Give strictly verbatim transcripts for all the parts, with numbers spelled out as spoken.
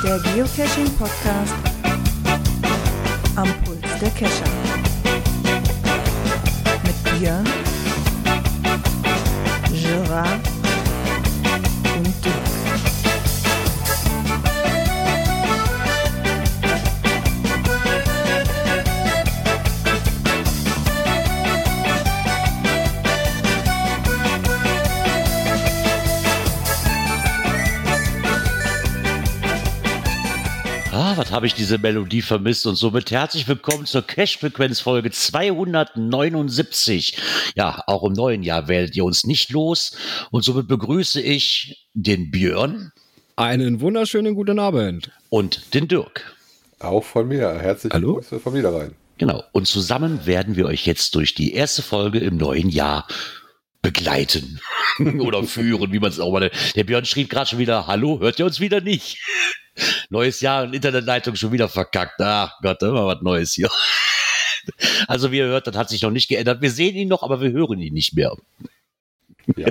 Der Geocaching-Podcast am Puls der Cacher. Mit Björn, Gerard und Dirk. Ah, was habe ich diese Melodie vermisst, und somit herzlich willkommen zur Cache-Frequenz-Folge zweihundertneunundsiebzig. Ja, auch im neuen Jahr werdet ihr uns nicht los, und somit begrüße ich den Björn. Einen wunderschönen guten Abend. Und den Dirk. Auch von mir. Herzlich willkommen von mir da rein. Genau, und zusammen werden wir euch jetzt durch die erste Folge im neuen Jahr begleiten oder führen, wie man es auch mal. Der Björn schrieb gerade schon wieder: Hallo, hört ihr uns wieder nicht? Neues Jahr und Internetleitung schon wieder verkackt. Ach Gott, immer was Neues hier. Also wie ihr hört, das hat sich noch nicht geändert. Wir sehen ihn noch, aber wir hören ihn nicht mehr. Ja.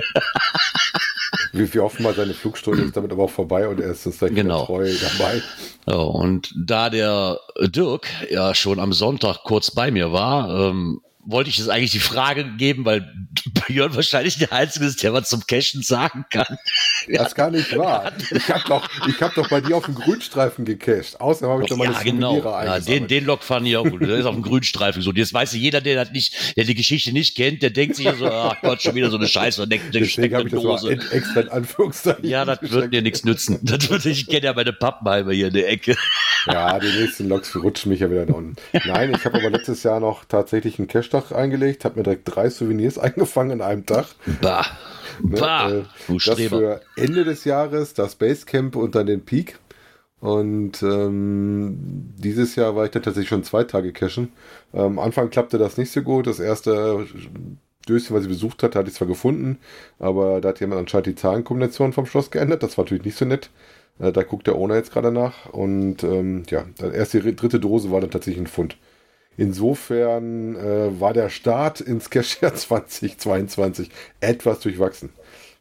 Wir, wir hoffen mal, seine Flugstunde ist damit aber auch vorbei und er ist uns gleich genau. treu dabei. Ja, und da der Dirk ja schon am Sonntag kurz bei mir war, ähm, wollte ich jetzt eigentlich die Frage geben, weil Björn wahrscheinlich der Einzige ist, der was zum Cashen sagen kann. Das ist gar nicht wahr. Ich habe doch, ich hab doch bei dir auf dem Grünstreifen gecached. Außerdem habe ich doch meine ja, genau. Souvenire Ja, den, den Log fand ich auch gut. Der ist auf dem Grünstreifen so. Jetzt weiß jeder, der das nicht, der die Geschichte nicht kennt, der denkt sich so: Ach Gott, schon wieder so eine Scheiße. Und denkt, deswegen habe ich das mal extra in Anführungszeichen. Ja, das wird dir nichts nützen. Das wird, ich kenne ja meine Pappenheimer hier in der Ecke. Ja, die nächsten Logs rutschen mich ja wieder nach unten. Nein, ich habe aber letztes Jahr noch tatsächlich einen Cache-Tag eingelegt, habe mir direkt drei Souvenirs eingefangen in einem Tag. Bah. Bah. Ne, äh, das für Ende des Jahres, das Basecamp und dann den Peak. Und ähm, dieses Jahr war ich dann tatsächlich schon zwei Tage cachen. Ähm, am Anfang klappte das nicht so gut. Das erste Döschen, was ich besucht hatte, hatte ich zwar gefunden, aber da hat jemand anscheinend die Zahlenkombination vom Schloss geändert. Das war natürlich nicht so nett. Äh, da guckt der Owner jetzt gerade nach. Und ähm, ja, dann erst die dritte Dose war dann tatsächlich ein Pfund. Insofern äh, war der Start ins Cache zwanzig zweiundzwanzig etwas durchwachsen.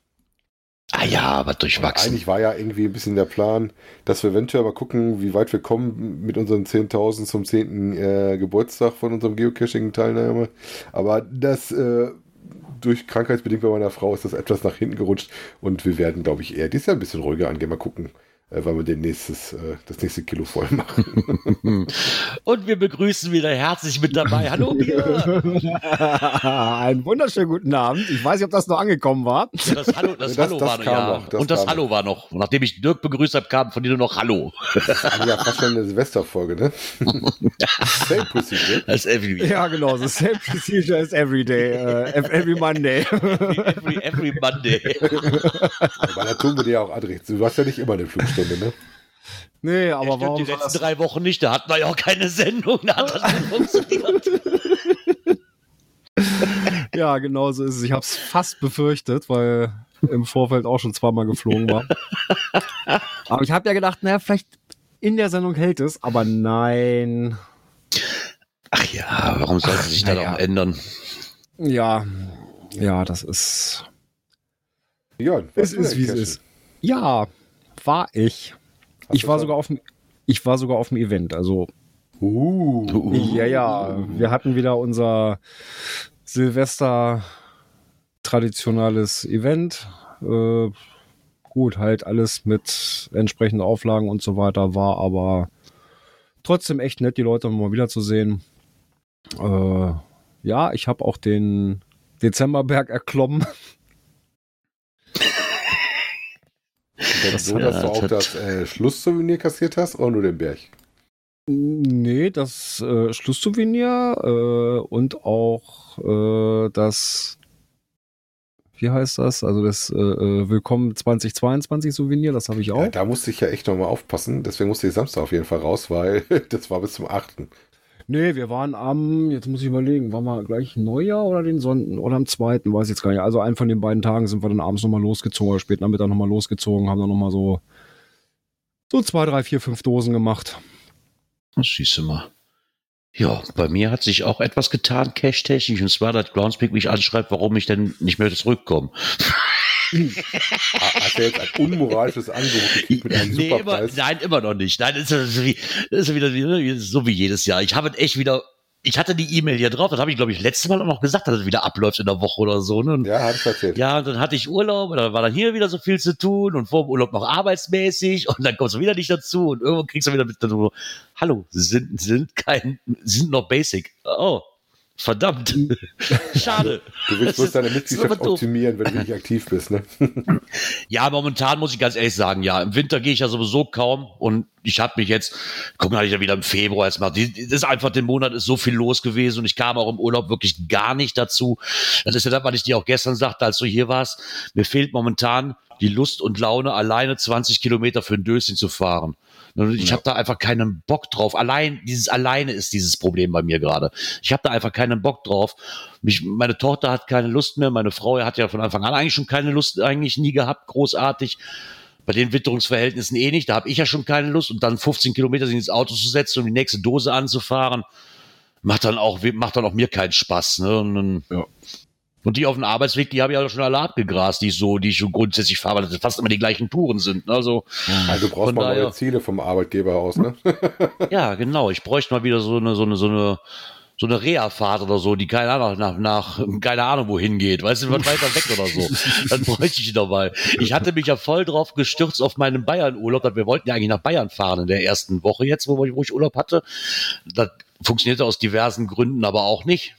Ah ja, was durchwachsen. Eigentlich war ja irgendwie ein bisschen der Plan, dass wir eventuell mal gucken, wie weit wir kommen mit unseren zehntausend zum zehnten Äh, Geburtstag von unserem Geocaching-Teilnehmer. Aber das äh, durch krankheitsbedingt bei meiner Frau ist das etwas nach hinten gerutscht und wir werden, glaube ich, eher dieses Jahr ein bisschen ruhiger angehen. Mal gucken, weil wir den nächstes, das nächste Kilo voll machen. Und wir begrüßen wieder herzlich mit dabei. Hallo Björn! Einen wunderschönen guten Abend. Ich weiß nicht, ob das noch angekommen war. Ja, das Hallo, das das, Hallo das war noch, kam ja. noch. Das Und das Hallo noch. war noch. Nachdem ich Dirk begrüßt habe, kam von dir nur noch Hallo. Das ist ja fast schon eine Silvesterfolge, ne? Same procedure. As every Ja, genau. The same procedure as every day. Uh, every Monday. every, every Monday. Aber da tun wir dir auch Adrich. Du hast ja nicht immer eine Flugstunde, ne? Nee, aber ja, warum die soll letzten das... drei Wochen nicht, da hatten wir ja auch keine Sendung, da hat das nicht funktioniert. Ja, genau so ist es. Ich habe es fast befürchtet, weil im Vorfeld auch schon zweimal geflogen war. Aber ich habe ja gedacht, naja, vielleicht in der Sendung hält es, aber nein. Ach ja, warum sollte sich das ja. auch ändern? Ja, ja, das ist... Ja, es ist, wie es ist. Ja, war ich. Ich war, sogar auf dem, ich war sogar auf dem Event, also uh. ja, ja, wir hatten wieder unser Silvester traditionelles Event, äh, gut, halt alles mit entsprechenden Auflagen und so weiter, war aber trotzdem echt nett, die Leute mal wieder zu sehen. Äh, ja, ich habe auch den Dezemberberg erklommen. Das so, dass du auch das äh, Schlusssouvenir kassiert hast oder nur den Berg? Nee, das äh, Schlusssouvenir äh, und auch äh, das, wie heißt das? Also das äh, Willkommen zwanzig zweiundzwanzig Souvenir, das habe ich auch. Ja, da musste ich ja echt nochmal aufpassen, deswegen musste ich Samstag auf jeden Fall raus, weil das war bis zum achten Nee, wir waren am, jetzt muss ich überlegen, waren wir gleich Neujahr oder den Sonntag oder am zweiten, weiß ich jetzt gar nicht. Also einen von den beiden Tagen sind wir dann abends nochmal losgezogen oder spät Nachmittag nochmal losgezogen, haben dann nochmal so, so zwei, drei, vier, fünf Dosen gemacht. Das siehst du mal. Ja, bei mir hat sich auch etwas getan, cache-technisch, und zwar, dass Groundspeak mich anschreibt, warum ich denn nicht mehr zurückkomme. Hast du jetzt ein unmoralisches Angebot gekriegt mit einem Nee, immer, Superpreis? nein, immer noch nicht. Nein, das ist, wie, das ist wieder wie, so wie jedes Jahr. Ich habe echt wieder, ich hatte die E-Mail hier drauf, das habe ich, glaube ich, letztes Mal auch noch gesagt, dass es wieder abläuft in der Woche oder so. Ne? Und, Ja, hat es erzählt. ja, und dann hatte ich Urlaub und dann war dann hier wieder so viel zu tun und vor dem Urlaub noch arbeitsmäßig und dann kommst du wieder nicht dazu und irgendwann kriegst du wieder mit, so, hallo, sie sind, sind kein, sie sind noch basic. Oh, verdammt. Schade. Du willst bloß deine Mitgliedschaft aber doof. optimieren, wenn du nicht aktiv bist, ne? Ja, momentan muss ich ganz ehrlich sagen, ja, im Winter gehe ich ja sowieso kaum und ich habe mich jetzt, gucken, hatte ich ja wieder im Februar jetzt mal, das ist einfach, den Monat ist so viel los gewesen und ich kam auch im Urlaub wirklich gar nicht dazu. Das ist ja das, was ich dir auch gestern sagte, als du hier warst, mir fehlt momentan die Lust und Laune, alleine zwanzig Kilometer für ein Döschen zu fahren. Und ich Ja. habe da einfach keinen Bock drauf. Allein, dieses Alleine ist dieses Problem bei mir gerade. Ich habe da einfach keinen Bock drauf. Mich, meine Tochter hat keine Lust mehr. Meine Frau hat ja von Anfang an eigentlich schon keine Lust, eigentlich nie gehabt, großartig. Bei den Witterungsverhältnissen eh nicht. Da habe ich ja schon keine Lust. Und dann fünfzehn Kilometer sich ins Auto zu setzen und die nächste Dose anzufahren, macht dann auch, macht dann auch mir keinen Spaß. Ne? Und, dann, Ja. und die auf dem Arbeitsweg, die habe ich ja schon alle abgegrast, die ich so, die ich schon grundsätzlich fahre, weil das fast immer die gleichen Touren sind. Ne? Also, Also du brauchst Von mal daher- neue Ziele vom Arbeitgeber aus, ne? ja, genau. Ich bräuchte mal wieder so eine, so eine, so eine, so eine Reha-Fahrt oder so, die keine Ahnung, nach, nach, keine Ahnung, wohin geht. Weißt du, was weiter weg oder so. Dann bräuchte ich dabei. Ich hatte mich ja voll drauf gestürzt auf meinen Bayern-Urlaub. Wir wollten ja eigentlich nach Bayern fahren in der ersten Woche jetzt, wo ich, wo ich Urlaub hatte. Das funktionierte aus diversen Gründen aber auch nicht.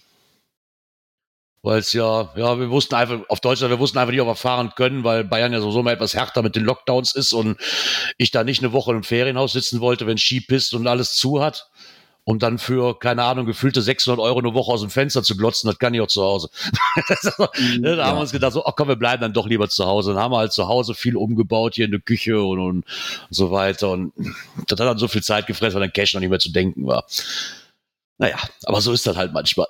Weil es ja, ja, wir wussten einfach, auf Deutschland, wir wussten einfach nicht, ob wir fahren können, weil Bayern ja sowieso mal etwas härter mit den Lockdowns ist und ich da nicht eine Woche im Ferienhaus sitzen wollte, wenn Ski pisst und alles zu hat. Und dann für, keine Ahnung, gefühlte sechshundert Euro eine Woche aus dem Fenster zu glotzen, das kann ich auch zu Hause. Da haben wir uns gedacht, so, oh komm, wir bleiben dann doch lieber zu Hause. Dann haben wir halt zu Hause viel umgebaut hier in der Küche und, und so weiter. Und das hat dann so viel Zeit gefressen, weil dann Cash noch nicht mehr zu denken war. Naja, aber so ist das halt manchmal.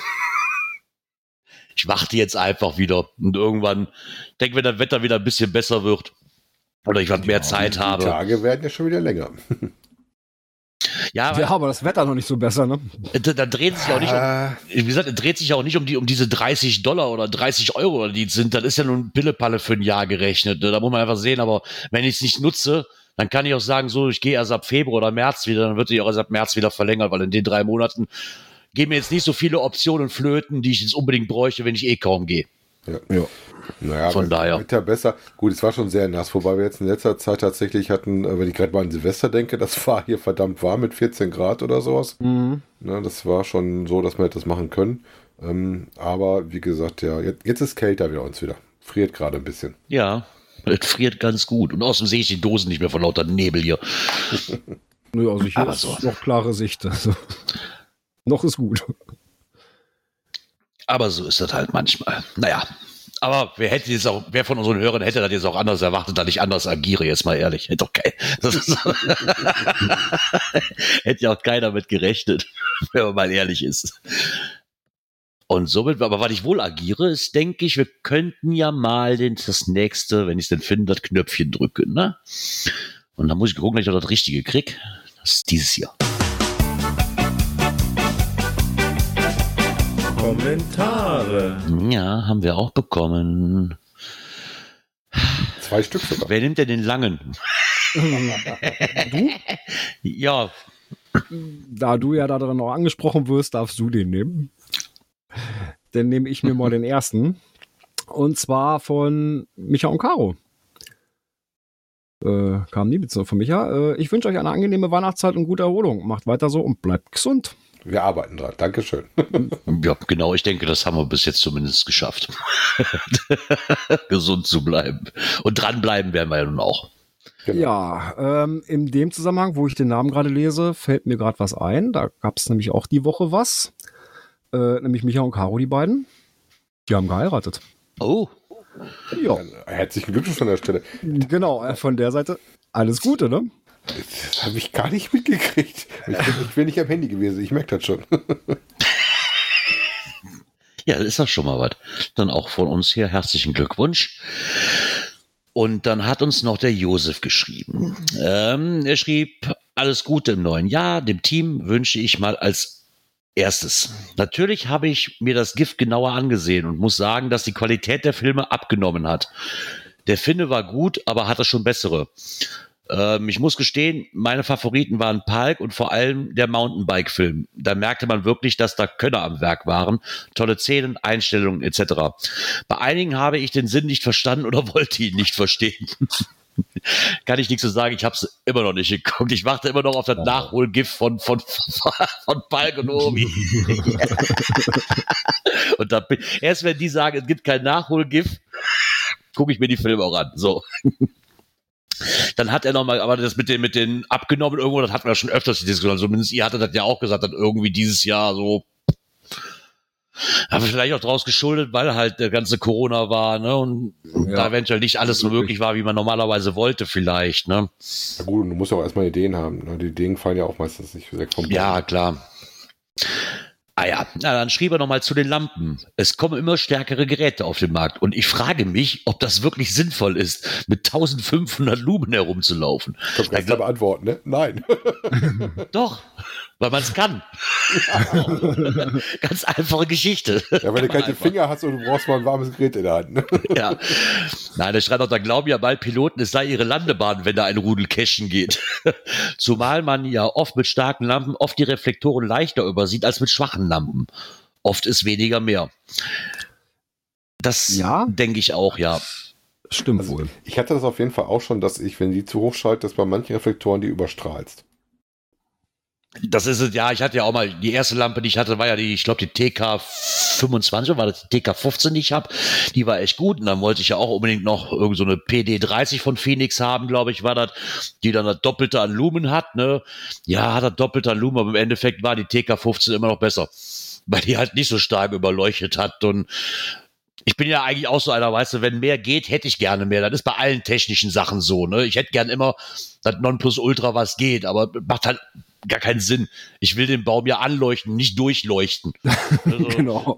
Ich warte jetzt einfach wieder und irgendwann denke, wenn das Wetter wieder ein bisschen besser wird oder ich was mehr Zeit Die habe. Tage werden ja schon wieder länger. Ja, Ja, aber das Wetter noch nicht so besser, ne? da, da dreht sich auch nicht um, Ah, wie gesagt, es dreht sich auch nicht um die um diese dreißig Dollar oder dreißig Euro, die es sind. Das ist ja nun Pillepalle für ein Jahr gerechnet. Ne? Da muss man einfach sehen. Aber wenn ich es nicht nutze, dann kann ich auch sagen, so, ich gehe erst ab Februar oder März wieder. Dann wird die auch erst ab März wieder verlängert, weil in den drei Monaten gehen mir jetzt nicht so viele Optionen flöten, die ich jetzt unbedingt bräuchte, wenn ich eh kaum gehe. ja. Ja. Naja, Von aber daher. Wetter besser. Gut, es war schon sehr nass, wobei wir jetzt in letzter Zeit tatsächlich hatten, äh, wenn ich gerade mal an Silvester denke, das war hier verdammt warm mit vierzehn Grad oder sowas. Mhm. Ne, das war schon so, dass wir das machen können. Ähm, aber wie gesagt, ja, jetzt, jetzt ist kälter wieder uns wieder. Friert gerade ein bisschen. Ja, es friert ganz gut. Und außerdem sehe ich die Dosen nicht mehr vor lauter Nebel hier. Nö, also hier Aber ist so. noch klare Sicht. Also, noch ist gut. Aber so ist das halt manchmal. Naja, aber wer hätte jetzt auch, wer von unseren Hörern hätte das jetzt auch anders erwartet, dass ich anders agiere, jetzt mal ehrlich. Hätte doch kein, das ist, hätte ja auch keiner mit gerechnet, wenn man mal ehrlich ist. Und somit, aber was ich wohl agiere, ist, denke ich, wir könnten ja mal den, das nächste, wenn ich es denn finde, das Knöpfchen drücken, ne? Und dann muss ich gucken, dass ich auch das Richtige krieg. Das ist dieses hier. Kommentare. Ja, haben wir auch bekommen. Zwei Stück sogar. Wer nimmt denn den langen? Du? Ja, Da du ja daran noch angesprochen wirst, darfst du den nehmen. Dann nehme ich mir mal den ersten. Und zwar von Micha und Caro. Äh, kam die Witze von Micha. Äh, ich wünsche euch eine angenehme Weihnachtszeit und gute Erholung. Macht weiter so und bleibt gesund. Wir arbeiten dran. Dankeschön. ja, genau. Ich denke, das haben wir bis jetzt zumindest geschafft. Gesund zu bleiben. Und dranbleiben werden wir ja nun auch. Genau. Ja, ähm, in dem Zusammenhang, wo ich den Namen gerade lese, fällt mir gerade was ein. Da gab es nämlich auch die Woche was. Äh, nämlich Micha und Caro, die beiden. Die haben geheiratet. Oh, Ja, Herzlichen Glückwunsch an der Stelle. genau. Äh, von der Seite alles Gute, ne? Das habe ich gar nicht mitgekriegt. Ich bin, ich bin nicht am Handy gewesen. Ich merke das schon. ja, das ist doch schon mal was. Dann auch von uns hier herzlichen Glückwunsch. Und dann hat uns noch der Josef geschrieben. Ähm, er schrieb, alles Gute im neuen Jahr. Dem Team wünsche ich mal als erstes. Natürlich habe ich mir das GIF genauer angesehen und muss sagen, dass die Qualität der Filme abgenommen hat. Der Finne war gut, aber hatte schon bessere. Ähm, ich muss gestehen, meine Favoriten waren Palk und vor allem der Mountainbike-Film. Da merkte man wirklich, dass da Könner am Werk waren. Tolle Szenen, Einstellungen et cetera. Bei einigen habe ich den Sinn nicht verstanden oder wollte ihn nicht verstehen. Kann ich nichts zu sagen, ich habe es immer noch nicht geguckt. Ich warte immer noch auf das oh. Nachholgift von, von, von, von Palk und Omi. Und da bin, erst wenn die sagen, es gibt kein Nachholgift, gucke ich mir die Filme auch an. So. Dann hat er nochmal, aber das mit den, mit den abgenommen irgendwo, das hatten wir ja schon öfters die Diskussion. Zumindest ihr hattet das ja auch gesagt, dass irgendwie dieses Jahr so, aber vielleicht auch draus geschuldet, weil halt der ganze Corona war, ne, und ja, da eventuell nicht alles so möglich war, wie man normalerweise wollte vielleicht, ne. Na gut, und du musst ja auch erstmal Ideen haben, ne? Die Ideen fallen ja auch meistens nicht weg vom Boden. Ja, klar. Ah ja, na, dann schrieb er nochmal zu den Lampen. Es kommen immer stärkere Geräte auf den Markt und ich frage mich, ob das wirklich sinnvoll ist, mit eintausendfünfhundert Lumen herumzulaufen. Kannst du glaub... beantworten, ne? Nein. Doch, weil man es kann. Ganz einfache Geschichte. Ja, wenn du keine Finger hast und du brauchst mal ein warmes Gerät in der Hand. Ne? Ja. Nein, der schreibt auch, da glauben ja bald Piloten, es sei ihre Landebahn, wenn da ein Rudel cashen geht. Zumal man ja oft mit starken Lampen oft die Reflektoren leichter übersieht als mit schwachen Lampen. Oft ist weniger mehr. Das ja? denke ich auch, ja. Stimmt also, wohl. Ich hatte das auf jeden Fall auch schon, dass ich, wenn die zu hoch schaltet, dass bei manchen Reflektoren die überstrahlst. Das ist es, ja, ich hatte ja auch mal, die erste Lampe, die ich hatte, war ja die, ich glaube, die T K fünfundzwanzig, war das die T K fünfzehn, die ich habe, die war echt gut und dann wollte ich ja auch unbedingt noch irgend so eine P D dreißig von Phoenix haben, glaube ich, war das, die dann das Doppelte an Lumen hat, ne, ja, hat das Doppelte an Lumen, aber im Endeffekt war die T K fünfzehn immer noch besser, weil die halt nicht so stark überleuchtet hat und ich bin ja eigentlich auch so einer, weißt du, wenn mehr geht, hätte ich gerne mehr. Das ist bei allen technischen Sachen so, ne, ich hätte gern immer das Nonplusultra, was geht, aber macht halt gar keinen Sinn. Ich will den Baum ja anleuchten, nicht durchleuchten. Also, genau.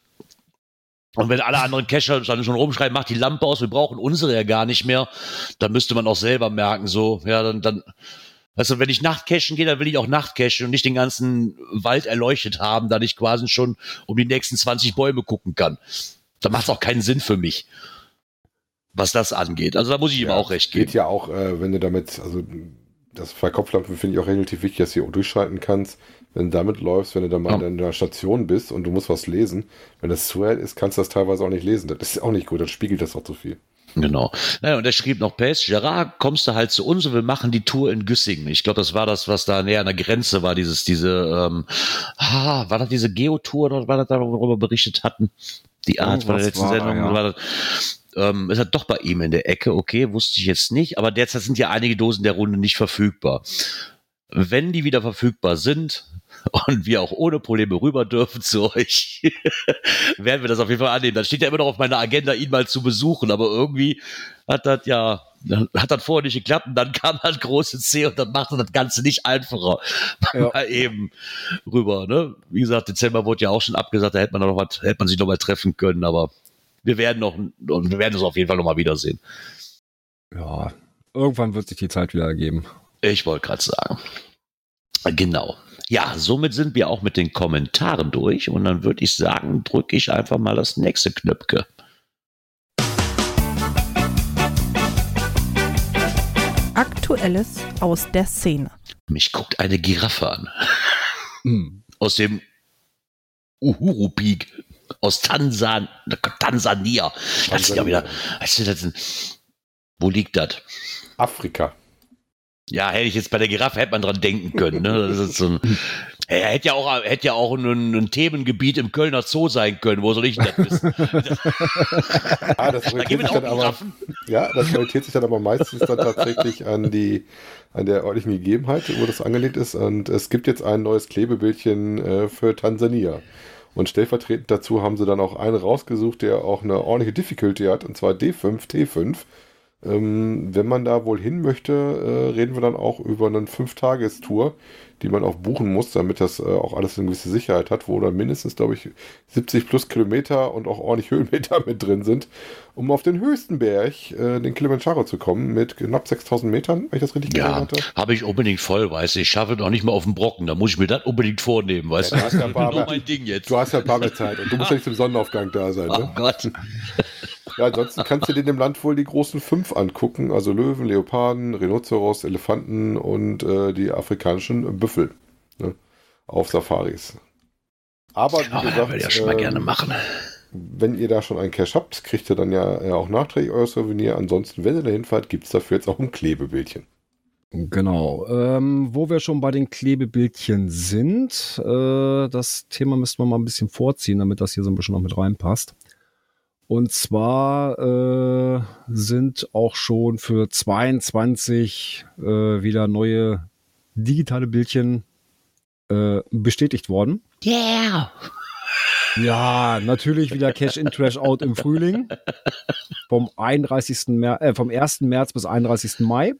Und wenn alle anderen Cacher dann schon rumschreiben, macht die Lampe aus, wir brauchen unsere ja gar nicht mehr, dann müsste man auch selber merken, so, ja, dann, dann, weißt du, wenn ich Nachtcachen gehe, dann will ich auch Nachtcachen und nicht den ganzen Wald erleuchtet haben, da ich quasi schon um die nächsten zwanzig Bäume gucken kann. Da macht es auch keinen Sinn für mich, was das angeht. Also da muss ich ihm ja, auch recht geben. Geht ja auch, äh, wenn du damit, also das bei Kopflampen finde ich auch relativ wichtig, dass du durchschalten kannst. Wenn du damit läufst, wenn du dann mal ja. in der Station bist und du musst was lesen, wenn das zu hell ist, kannst du das teilweise auch nicht lesen. Das ist auch nicht gut, dann spiegelt das auch zu viel. Genau. Naja, und er schrieb noch, Pace, Gerard, kommst du halt zu uns und wir machen die Tour in Güssingen. Ich glaube, das war das, was da näher an der Grenze war, dieses, diese, ähm, ah, war das diese Geotour oder war das da, worüber wir berichtet hatten? Die Art oh, von der letzten war, Sendung. Ja. War das, ähm, ist halt doch bei ihm in der Ecke, okay, wusste ich jetzt nicht, aber derzeit sind ja einige Dosen der Runde nicht verfügbar. Wenn die wieder verfügbar sind und wir auch ohne Probleme rüber dürfen zu euch, werden wir das auf jeden Fall annehmen. Dann steht ja immer noch auf meiner Agenda, ihn mal zu besuchen, aber irgendwie hat das ja, hat das vorher nicht geklappt und dann kam halt große C und dann macht das Ganze nicht einfacher. Ja. Mal eben rüber, ne? Wie gesagt, Dezember wurde ja auch schon abgesagt, da hätte man noch was, hätte man sich noch mal treffen können, aber wir werden noch, und wir werden es auf jeden Fall noch mal wiedersehen. Ja, irgendwann wird sich die Zeit wieder ergeben. Ich wollte gerade sagen. Genau. Ja, somit sind wir auch mit den Kommentaren durch und dann würde ich sagen, drücke ich einfach mal das nächste Knöpfchen. Aktuelles aus der Szene. Mich guckt eine Giraffe an. Hm. Aus dem Uhuru Peak. Aus Tansan, Tansania. Das ist ja wieder. Weißt du, das ist, wo liegt das? Afrika. Ja, hätte ich jetzt bei der Giraffe hätte man dran denken können. Ne? Das ist so ein, er hätte ja auch, hätte ja auch ein, ein Themengebiet im Kölner Zoo sein können. Wo soll ich denn das wissen? ah, das orientiert sich dann aber, ja, das orientiert sich dann aber meistens dann tatsächlich an die, an der örtlichen Gegebenheit, wo das angelegt ist. Und es gibt jetzt ein neues Klebebildchen äh, für Tansania. Und stellvertretend dazu haben sie dann auch einen rausgesucht, der auch eine ordentliche Difficulty hat, und zwar D fünf, T fünf. Ähm, wenn man da wohl hin möchte, äh, reden wir dann auch über eine fünf-Tages-Tour, die man auch buchen muss, damit das äh, auch alles eine gewisse Sicherheit hat, wo dann mindestens, glaube ich, siebzig plus Kilometer und auch ordentlich Höhenmeter mit drin sind, um auf den höchsten Berg, äh, den Kilimanjaro, zu kommen, mit knapp sechstausend Metern, wenn ich das richtig ja, gesehen hatte. Ja, habe ich unbedingt voll, weißt du, ich schaffe noch nicht mal auf den Brocken, da muss ich mir das unbedingt vornehmen, weißt ja, du, das ist ja genau mein Ding jetzt. Du hast ja ein paar mehr Zeit und du musst ja nicht zum Sonnenaufgang da sein. Oh ne? Gott. Ja, ansonsten kannst du dir in dem Land wohl die großen fünf angucken, also Löwen, Leoparden, Rhinoceros, Elefanten und äh, die afrikanischen Büffel, ne, auf Safaris. Aber wie Oh, gesagt, würde ich ja schon mal ähm, gerne machen. wenn ihr da schon einen Cache habt, kriegt ihr dann ja, ja auch nachträglich euer Souvenir. Ansonsten, wenn ihr da hinfahrt, gibt es dafür jetzt auch ein Klebebildchen. Genau. Ähm, wo wir schon bei den Klebebildchen sind, äh, das Thema müssen wir mal ein bisschen vorziehen, damit das hier so ein bisschen noch mit reinpasst. Und zwar äh, sind auch schon für zweiundzwanzig äh, wieder neue digitale Bildchen äh, bestätigt worden. Yeah! Ja, natürlich wieder Cash-in, Trash-out im Frühling. Vom einunddreißigsten März, äh, vom ersten März bis einunddreißigsten Mai.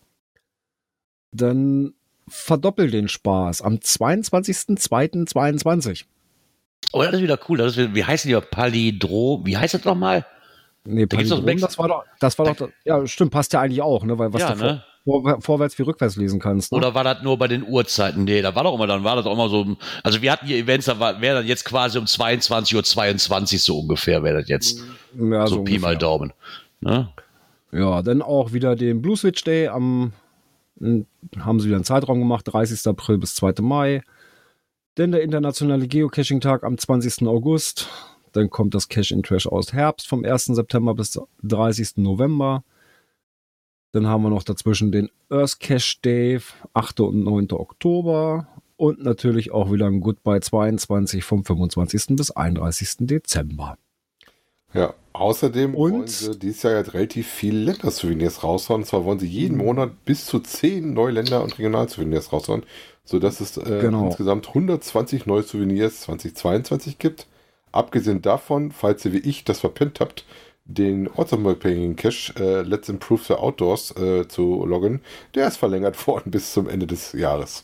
Dann verdoppelt den Spaß am zweiundzwanzigsten zweiten zweiundzwanzig. Oh, das ist wieder cool. Das ist, wie heißt die? Palindrom? Wie heißt das nochmal? Nee, Da gibt's doch Palindrom, das war doch, das war doch, ja, stimmt, passt ja eigentlich auch, ne, weil was Ja, du vor, ne? vor, vorwärts wie rückwärts lesen kannst. Ne? Oder war das nur bei den Uhrzeiten? Nee, da war doch immer, dann war das auch immer so, also wir hatten hier Events, da wäre dann jetzt quasi um zweiundzwanzig Uhr zweiundzwanzig so ungefähr, wäre das jetzt. Ja, so Pi mal ungefähr. Daumen. Ne? Ja, dann auch wieder den Blue Switch Day am, m, haben sie wieder einen Zeitraum gemacht, dreißigsten April bis zweiten Mai. Dann der internationale Geocaching-Tag am zwanzigsten August. Dann kommt das Cache-in-Trash aus Herbst vom ersten September bis dreißigsten November. Dann haben wir noch dazwischen den Earth Cache Day, achten und neunten Oktober. Und natürlich auch wieder ein Goodbye zweiundzwanzig vom fünfundzwanzigsten bis einunddreißigsten Dezember. Ja, außerdem Und- wollen sie dieses Jahr jetzt relativ viele Ländersouvenirs raushauen. Und zwar wollen sie jeden Monat bis zu zehn neue Länder- und Regionalsouvenirs raushauen, sodass es äh, Genau. insgesamt hundertzwanzig neue Souvenirs zweitausendzweiundzwanzig gibt. Abgesehen davon, falls ihr wie ich das verpennt habt, den Automobile Cache äh, Let's Improve the Outdoors äh, zu loggen, der ist verlängert worden bis zum Ende des Jahres.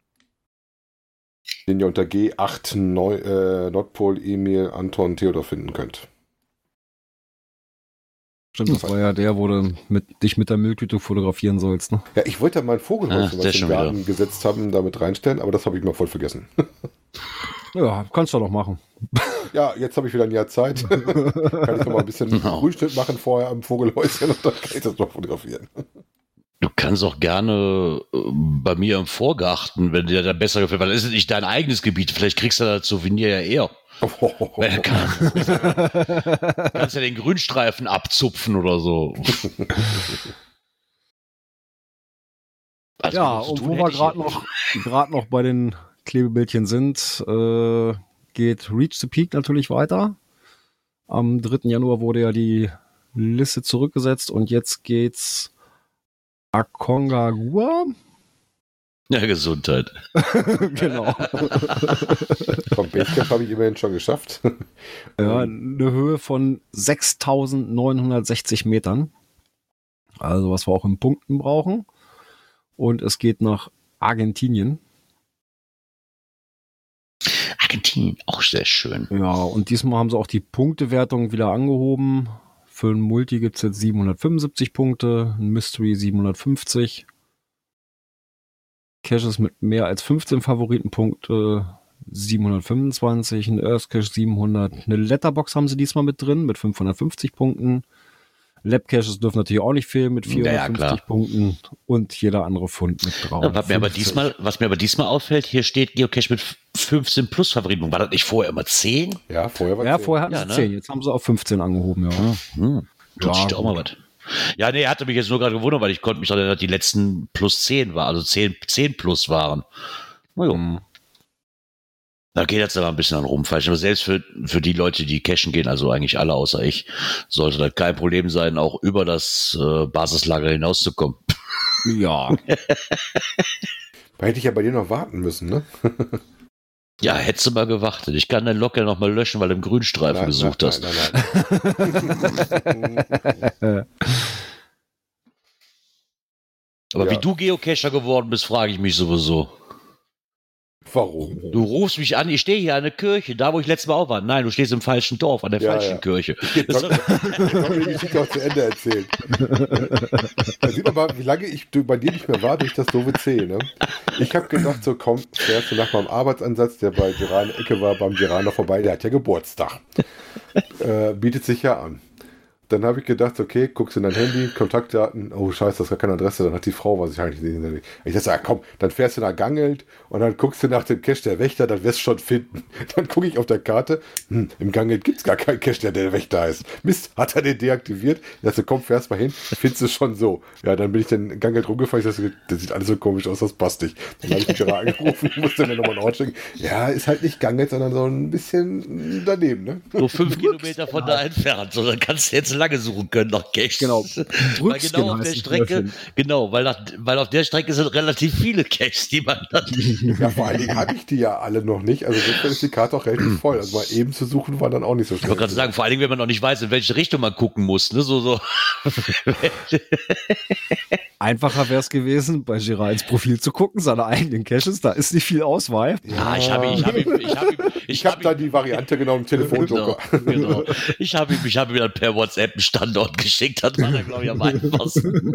Den ihr unter G acht Neu, äh, Nordpol, Emil, Anton, Theodor finden könnt. Stimmt, das war ja der, wo du mit, dich mit der Mülltüte fotografieren sollst. Ne? Ja, ich wollte ja mein Vogelhäuschen, Ah, was der wir schon im Garten gesetzt haben, damit reinstellen, aber das habe ich mal voll vergessen. Ja, kannst du doch machen. Ja, jetzt habe ich wieder ein Jahr Zeit. Kann ich noch mal ein bisschen Genau. Frühstück machen vorher am Vogelhäuschen und dann kann ich das noch fotografieren. Du kannst auch gerne äh, bei mir im Vorgarten, wenn dir da besser gefällt, weil das ist nicht dein eigenes Gebiet, vielleicht kriegst du das Souvenir ja eher. Weil du kannst, kannst ja den Grünstreifen abzupfen oder so. Also, Ja, was zu und tun wo hätte wir ich gerade hier. noch, gerade noch bei den Klebebildchen sind, äh, geht Reach the Peak natürlich weiter. Am dritten Januar wurde ja die Liste zurückgesetzt und jetzt geht's Aconcagua. Ja, Gesundheit. Genau. Vom Basecamp habe ich immerhin schon geschafft. Ja, eine Höhe von sechstausendneunhundertsechzig Metern. Also was wir auch in Punkten brauchen. Und es geht nach Argentinien. Argentinien, auch sehr schön. Ja, und diesmal haben sie auch die Punktewertung wieder angehoben. Für ein Multi gibt es jetzt siebenhundertfünfundsiebzig Punkte, ein Mystery siebenhundertfünfzig. Caches mit mehr als fünfzehn Favoritenpunkte siebenhundertfünfundzwanzig, ein Earth Cache siebenhundert. Eine Letterbox haben sie diesmal mit drin mit fünfhundertfünfzig Punkten. Lab Caches dürfen natürlich auch nicht fehlen mit Ja, ja, vierhundertfünfzig klar. Punkten und jeder andere Fund mit drauf. Ja, was, mir aber diesmal, was mir aber diesmal auffällt, hier steht Geocache mit fünfzehn plus Favoriten. War das nicht vorher immer zehn? Ja, vorher war Ja, zehn. vorher hatten Ja, sie ne? zehn, jetzt haben sie auf fünfzehn angehoben, ja. Hm, tut Ja, sich da auch mal was. Ja, nee, hatte mich jetzt nur gerade gewundert, weil ich konnte mich daran erinnern, dass die letzten plus zehn war, also zehn, zehn plus waren. Na jo. Da geht jetzt aber ein bisschen an rumfalschen. Aber selbst für, für die Leute, die cashen gehen, also eigentlich alle außer ich, sollte das kein Problem sein, auch über das äh, Basislager hinauszukommen. Ja, Da hätte ich ja bei dir noch warten müssen, ne? Ja, hättest du mal gewartet. Ich kann den Log ja noch mal löschen, weil du im Grünstreifen Nein, gesucht nein, hast. Nein, nein, nein. Aber Ja. wie du Geocacher geworden bist, frage ich mich sowieso. Warum? Du rufst mich an, ich stehe hier an der Kirche, da wo ich letztes Mal auch war. Nein, du stehst im falschen Dorf, an der Ja, falschen ja. Kirche. Jetzt soll ich die Geschichte auch zu Ende erzählen. Da sieht man mal, wie lange ich du- bei dir nicht mehr war durch das doofe C. Ne? Ich habe gedacht, so komm, fährst du nach meinem Arbeitsansatz, der bei Geran Ecke war, beim Geraner vorbei, der hat ja Geburtstag. Äh, bietet sich ja an. Dann habe ich gedacht, okay, guckst in dein Handy, Kontaktdaten, oh scheiße, das ist gar keine Adresse, dann hat die Frau, was ich eigentlich nicht. Ich dachte, ja, komm, dann fährst du nach Gangelt und dann guckst du nach dem Cache der Wächter, dann wirst du schon finden. Dann gucke ich auf der Karte, hm, im Gangelt gibt es gar keinen Cache, der der Wächter heißt. Mist, hat er den deaktiviert? Ich dachte, komm, fährst mal hin, findest du schon so. Ja, dann bin ich dann in Gangelt rumgefahren, ich dachte, das sieht alles so komisch aus, das passt nicht. Dann habe ich mich gerade angerufen, musste mir nochmal einen Ort schicken. Ja, ist halt nicht Gangelt, sondern so ein bisschen daneben, ne? So fünf Kilometer von da entfernt, so dann kannst du jetzt lange suchen können nach Caches. Genau. Weil genau auf der Strecke, genau, weil, nach, weil auf der Strecke sind relativ viele Caches, die man hat. Ja, vor allen Dingen hatte ich die ja alle noch nicht. Also insofern ist die Karte auch relativ voll. Also mal eben zu suchen war dann auch nicht so Ich schnell. wollte gerade sagen, vor allen Dingen, wenn man noch nicht weiß, in welche Richtung man gucken muss. Ne? So, so. Einfacher wäre es gewesen, bei Gerard ins Profil zu gucken, seine eigenen Caches, da ist nicht viel Auswahl. Ja, ich habe ich habe ich habe ich, ich habe da die Variante genommen, Telefonjoker. Genau, genau. Ich habe ihm ich habe mir dann per WhatsApp einen Standort geschickt, das war dann, glaube ich, am einfachsten.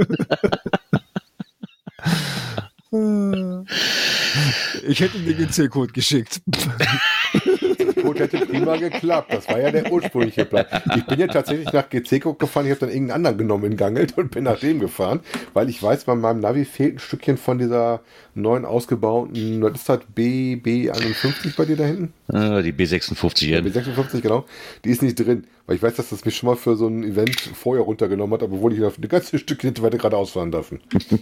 Ich hätte ihm den G C-Code geschickt. Code hätte prima geklappt. Das war ja der ursprüngliche Plan. Ich bin ja tatsächlich nach G C-Code gefahren. Ich habe dann irgendeinen anderen genommen in Gangelt und bin nach dem gefahren, weil ich weiß, bei meinem Navi fehlt ein Stückchen von dieser neuen ausgebauten, was ist das, B B einundfünfzig bei dir da hinten? Äh, die B sechsundfünfzig. Ja, B sechsundfünfzig, genau. Die ist nicht drin, weil ich weiß, dass das mich schon mal für so ein Event vorher runtergenommen hat, obwohl ich ein ganzes Stückchen weiter geradeaus fahren darf.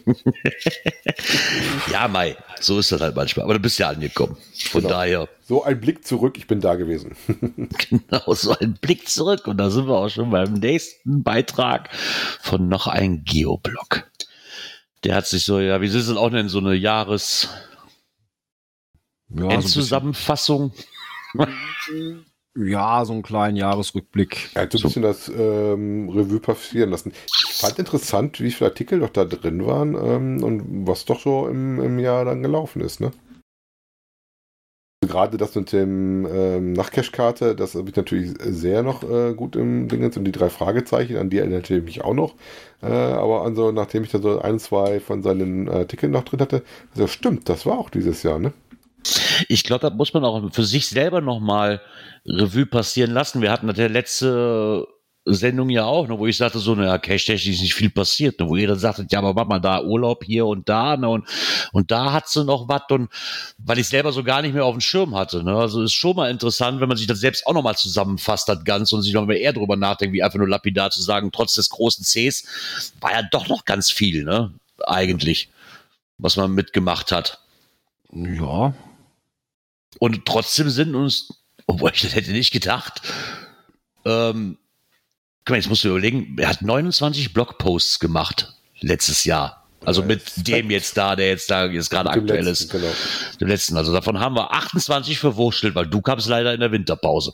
Ja, Mai, so ist das halt manchmal. Aber du bist ja angekommen. Von Genau. daher. So ein Blick zurück, ich bin da gewesen. Genau, so ein Blick zurück. Und da sind wir auch schon beim nächsten Beitrag von noch ein Geoblog. Der hat sich so, ja, wie ist es auch denn, so eine Jahres- Ja, Endzusammenfassung. so ein ja, so einen kleinen Jahresrückblick. Er hat so ein bisschen das ähm, Revue passieren lassen. Ich fand interessant, wie viele Artikel doch da drin waren ähm, und was doch so im, im Jahr dann gelaufen ist, ne? Gerade das mit dem ähm, Nachtcache-Karte, das habe ich natürlich sehr noch äh, gut im Dingens und die drei Fragezeichen, an die erinnerte ich mich auch noch. Äh, aber also, nachdem ich da so ein, zwei von seinen Artikeln noch drin hatte, also stimmt, das war auch dieses Jahr, ne? Ich glaube, da muss man auch für sich selber nochmal Revue passieren lassen. Wir hatten das der letzte Sendung ja auch, ne, wo ich sagte so, naja, cache-technisch ist nicht viel passiert, ne, wo jeder sagte, ja, aber mach mal da Urlaub hier und da, ne, und, und da hat sie noch was, und weil ich selber so gar nicht mehr auf dem Schirm hatte, ne, also ist schon mal interessant, wenn man sich das selbst auch nochmal zusammenfasst, das Ganze, und sich noch mal eher drüber nachdenkt, wie einfach nur lapidar zu sagen, trotz des großen Cs war ja doch noch ganz viel, ne, eigentlich, was man mitgemacht hat. Ja. Und trotzdem sind uns, obwohl ich das hätte nicht gedacht, ähm, guck mal, jetzt musst du überlegen, er hat neunundzwanzig Blogposts gemacht letztes Jahr. Also Ja, mit jetzt- dem jetzt da, der jetzt da jetzt gerade Dem aktuell letzten, ist. Genau. Dem letzten. Also davon haben wir achtundzwanzig verwurschtelt, weil du kamst leider in der Winterpause.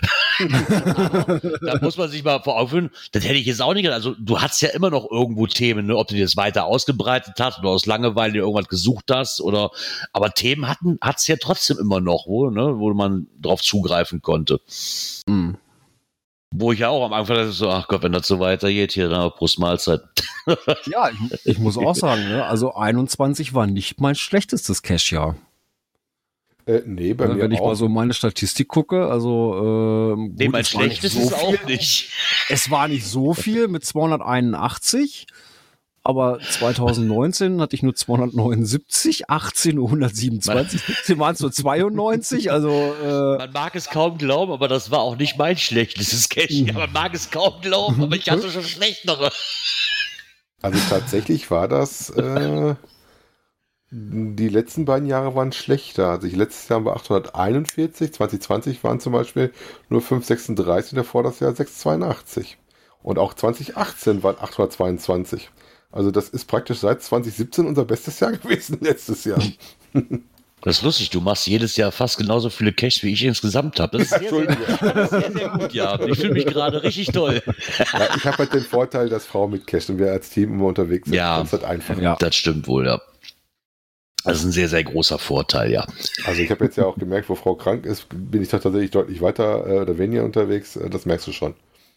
Da muss man sich mal vor Augen führen, das hätte ich jetzt auch nicht gedacht. Also du hast ja immer noch irgendwo Themen, ne? Ob du das weiter ausgebreitet hast oder aus Langeweile dir irgendwas gesucht hast, oder, aber Themen hatten hat's ja trotzdem immer noch, wo, ne? Wo man drauf zugreifen konnte. Mhm. Wo ich ja auch am Anfang dachte, so, ach Gott, wenn das so weitergeht, hier, dann Prost Mahlzeit. Ja, ich, ich muss auch sagen, ne, also einundzwanzig war nicht mein schlechtestes Cache-Jahr. Äh, nee, bei Ne, mir wenn ich auch. mal so meine Statistik gucke, also ähm, Nee, gut, mein es war nicht schlechtes so ist auch viel. nicht. Es war nicht so viel mit zweihunderteinundachtzig, aber zwanzig neunzehn hatte ich nur zweihundertneunundsiebzig, achtzehn nur hundertsiebenundzwanzig, siebzehn waren es nur zweiundneunzig, also äh, Man mag es kaum glauben, aber das war auch nicht mein schlechtes Cache. Ja, man mag es kaum glauben, aber ich hatte schon schlechtere. Also tatsächlich war das, äh, die letzten beiden Jahre waren schlechter. Also ich, letztes Jahr war achthunderteinundvierzig, zwanzig zwanzig waren zum Beispiel nur fünfhundertsechsunddreißig und davor das Jahr sechshundertzweiundachtzig. Und auch zwanzig achtzehn waren achthundertzweiundzwanzig. Also das ist praktisch seit zwanzig siebzehn unser bestes Jahr gewesen letztes Jahr. Das ist lustig, du machst jedes Jahr fast genauso viele Caches, wie ich insgesamt habe. Das ist sehr, sehr, das ist sehr, sehr gut, ja. Ich fühle mich gerade richtig toll. Ja, ich habe halt den Vorteil, dass Frauen mit cashen und wir als Team immer unterwegs sind. Ja. Das ist halt einfach. ja. Das stimmt wohl, ja. Das ist ein sehr, sehr großer Vorteil, ja. Also ich habe jetzt ja auch gemerkt, wo Frau krank ist, bin ich doch tatsächlich deutlich weiter äh, oder weniger unterwegs. Äh, das merkst du schon.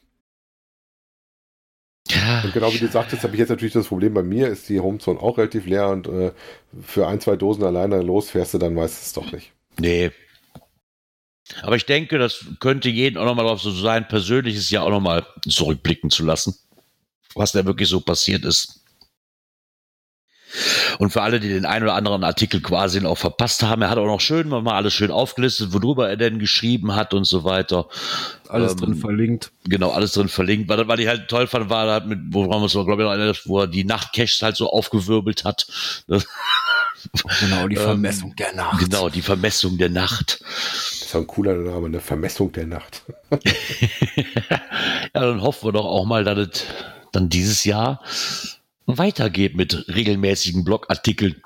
Und genau wie du sagtest, habe ich jetzt natürlich das Problem, bei mir ist die Homezone auch relativ leer und äh, für ein, zwei Dosen alleine los fährst du dann meistens doch nicht. Nee. Aber ich denke, das könnte jeden auch nochmal auf so sein persönliches Jahr auch nochmal zurückblicken zu lassen, was da wirklich so passiert ist. Und für alle, die den einen oder anderen Artikel quasi auch verpasst haben, er hat auch noch schön mal alles schön aufgelistet, worüber er denn geschrieben hat und so weiter. Alles ähm, drin verlinkt. Genau, alles drin verlinkt. Weil, weil ich halt toll fand, war halt mit, wo man so, glaube ich, noch erinnert, wo er die Nachtcaches halt so aufgewirbelt hat. Genau, die Ähm, Vermessung der Nacht. Genau, die Vermessung der Nacht. Das ist ein cooler Name, eine Vermessung der Nacht. Ja, dann hoffen wir doch auch mal, dass es dann dieses Jahr weitergeht mit regelmäßigen Blogartikeln.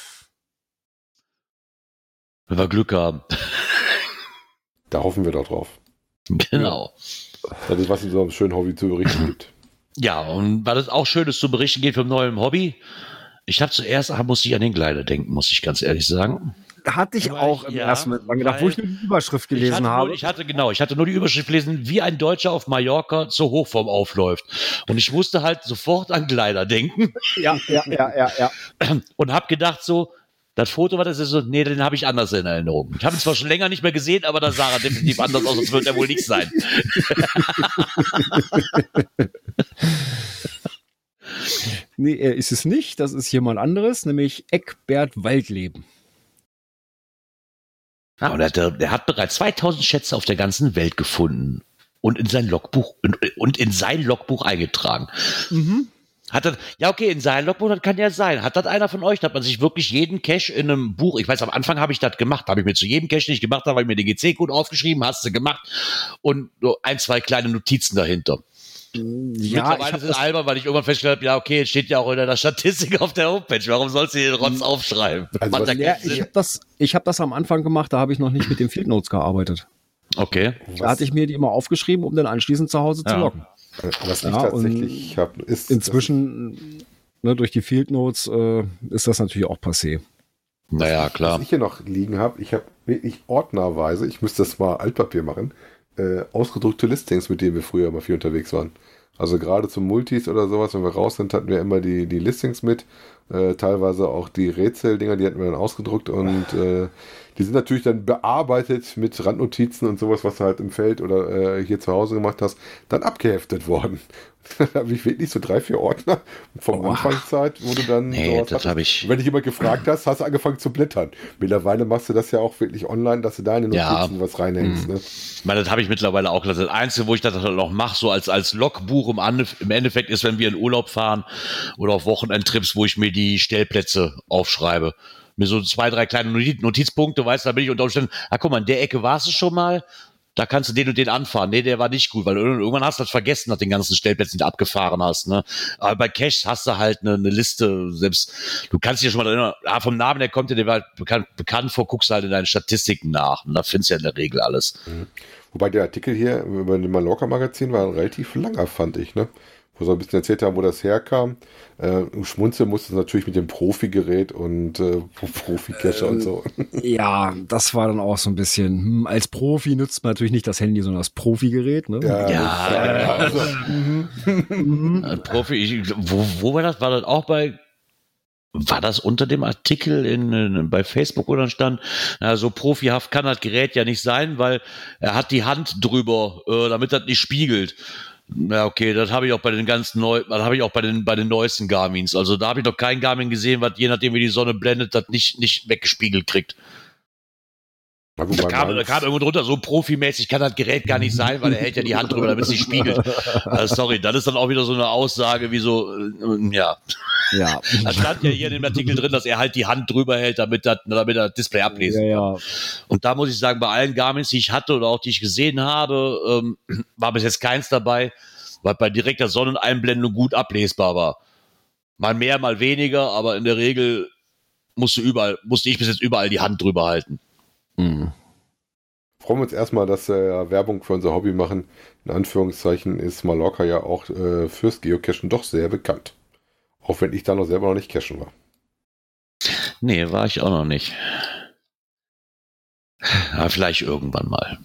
Wenn wir Glück haben. Da hoffen wir doch drauf. Genau. Das ist, was in so einem schönen Hobby zu berichten gibt. Ja, und weil es auch Schönes zu berichten geht vom neuen Hobby. Ich habe zuerst, musste ich an den Gleiter denken, muss ich ganz ehrlich sagen. Hatte ich Weil- auch im ja, ersten Moment dran gedacht, wo ich nur die Überschrift Ich gelesen hatte, habe. nur, ich hatte genau, ich hatte nur die Überschrift gelesen, wie ein Deutscher auf Mallorca zur Hochform aufläuft. Und ich musste halt sofort an Gleiter denken Ja, ja, ja, ja, ja. und habe gedacht so, das Foto war das ist so, nee, den habe ich anders in Erinnerung. Ich habe ihn zwar schon länger nicht mehr gesehen, aber da sah er definitiv anders aus, das wird er wohl nicht sein. Nee, er ist es nicht. Das ist jemand anderes, nämlich Eckbert Waldleben. Ja, und er hat, er hat bereits zweitausend Schätze auf der ganzen Welt gefunden und in sein Logbuch und, und in sein Logbuch eingetragen. Mhm. Hat das, ja, okay, in sein Logbuch, das kann ja sein. Hat das einer von euch, da hat man sich wirklich jeden Cache in einem Buch, ich weiß, am Anfang habe ich das gemacht, habe ich mir zu jedem Cache nicht gemacht, da habe ich mir den G C-Code aufgeschrieben, hast du gemacht und so ein, zwei kleine Notizen dahinter. Ja, Mittlerweile ist es albern, weil ich irgendwann festgestellt habe, ja, okay, es steht ja auch in der Statistik auf der Homepage, warum sollst du den Rotz aufschreiben? Also Macht was- ja ja, keinen ich Sinn. habe das, ich hab das am Anfang gemacht, da habe ich noch nicht mit den Field Notes gearbeitet. Okay. Da hatte ich mir die immer aufgeschrieben, um dann anschließend zu Hause zu Ja. loggen. Was ich Ja, tatsächlich habe, ist. Inzwischen, ne, durch die Field Notes äh, ist das natürlich auch passé. Naja, klar. Was ich hier noch liegen habe, ich habe wirklich ordnerweise, ich müsste das mal Altpapier machen, äh, ausgedruckte Listings, mit denen wir früher mal viel unterwegs waren. Also gerade zum Multis oder sowas, wenn wir raus sind, hatten wir immer die, die Listings mit, äh, teilweise auch die Rätseldinger, die hatten wir dann ausgedruckt und äh, die sind natürlich dann bearbeitet mit Randnotizen und sowas, was du halt im Feld oder äh, hier zu Hause gemacht hast, dann abgeheftet worden. Da habe ich wirklich so drei, vier Ordner vom Wow. Anfangszeit, wo du dann Nee, sowas das hattest. habe ich. Und wenn dich jemand gefragt hast, hast du angefangen zu blättern. Mittlerweile machst du das ja auch wirklich online, dass du da in die Ja. Notizen was reinhängst. Ne? Ich meine, das habe ich mittlerweile auch gelassen. Das Einzige, wo ich das halt noch mache, so als, als Logbuch im, Ande- im Endeffekt ist, wenn wir in Urlaub fahren oder auf Wochenendtrips, wo ich mir die Stellplätze aufschreibe. Mir so zwei, drei kleine Notiz- Notizpunkte, weißt du, da bin ich unter Umständen, ah, guck mal, in der Ecke warst du schon mal, da kannst du den und den anfahren. Nee, der war nicht gut, weil irgendwann hast du das vergessen, nach den ganzen Stellplätzen, die du abgefahren hast. Ne? Aber bei Caches hast du halt eine, eine Liste, selbst, du kannst dir schon mal erinnern, ah, vom Namen her kommt dir der halt bekannt, bekannt vor, guckst halt in deinen Statistiken nach. Und da findest du ja in der Regel alles. Wobei der Artikel hier über dem Mallorca-Magazin war relativ langer, fand ich. Ne? Wo sie ein bisschen erzählt haben, wo das herkam. Äh, schmunzeln musste es natürlich mit dem Profi-Gerät und äh, Profi-Cacher und so. Ja, das war dann auch so ein bisschen, hm, als Profi nützt man natürlich nicht das Handy, sondern das Profi-Gerät. Ne? Ja, ja, also, Ein Profi, ich, wo, wo war das? War das auch bei, war das unter dem Artikel in, in, bei Facebook oder stand, na, so profihaft kann das Gerät ja nicht sein, weil er hat die Hand drüber, äh, damit das nicht spiegelt. Ja, okay, das habe ich auch bei den ganzen neu, das habe ich auch bei den bei den neuesten Garmins. Also da habe ich noch kein Garmin gesehen, was je nachdem wie die Sonne blendet, das nicht nicht weggespiegelt kriegt. na gut, Da bei kam, da meinem- kam irgendwo drunter, so profimäßig kann das Gerät gar nicht sein, weil er hält ja die Hand drüber, damit es nicht spiegelt. Äh, sorry, das ist dann auch wieder so eine Aussage wie so, äh, ja. Ja. Da stand ja hier in dem Artikel drin, dass er halt die Hand drüber hält, damit, das, damit er das Display Ja, ablesen kann. ja. Und da muss ich sagen, bei allen Garmins, die ich hatte oder auch die ich gesehen habe, ähm, war bis jetzt keins dabei, was bei direkter Sonneneinblendung gut ablesbar war. Mal mehr, mal weniger, aber in der Regel musste überall, musste ich bis jetzt überall die Hand drüber halten. Hm. Freuen wir uns erstmal, dass wir ja Werbung für unser Hobby machen. In Anführungszeichen ist Mallorca ja auch äh, fürs Geocachen doch sehr bekannt. Auch wenn ich da noch selber noch nicht cachen war. Nee, war ich auch noch nicht. Ja, vielleicht irgendwann mal.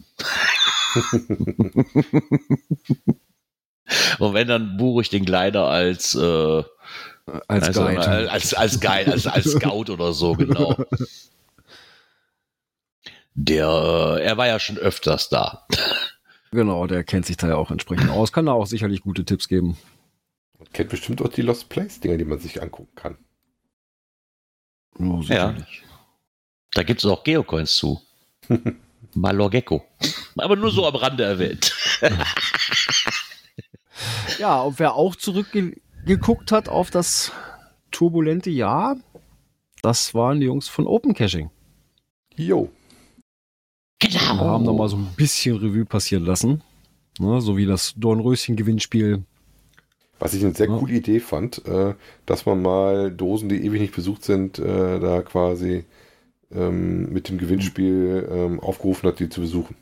Und wenn, dann buche ich den Gleiter als, äh, Als also, Guide. äh, als, als Guide, als, als Scout oder so, genau. der, äh, er war ja schon öfters da. Genau, der kennt sich da ja auch entsprechend aus. Kann da auch sicherlich gute Tipps geben. Und kennt bestimmt auch die Lost Place-Dinger, die man sich angucken kann. Oh, Ja. Da gibt es auch Geocoins zu. Malorgecko. Aber nur so am Rande erwähnt. Ja, und wer auch zurückgeguckt hat auf das turbulente Jahr, das waren die Jungs von Open Caching. Jo. Wir haben da mal so ein bisschen Revue passieren lassen. Ne, so wie das Dornröschen-Gewinnspiel. Was ich eine sehr Ja. coole Idee fand, äh, dass man mal Dosen, die ewig nicht besucht sind, äh, da quasi ähm, mit dem Gewinnspiel ähm, aufgerufen hat, die zu besuchen.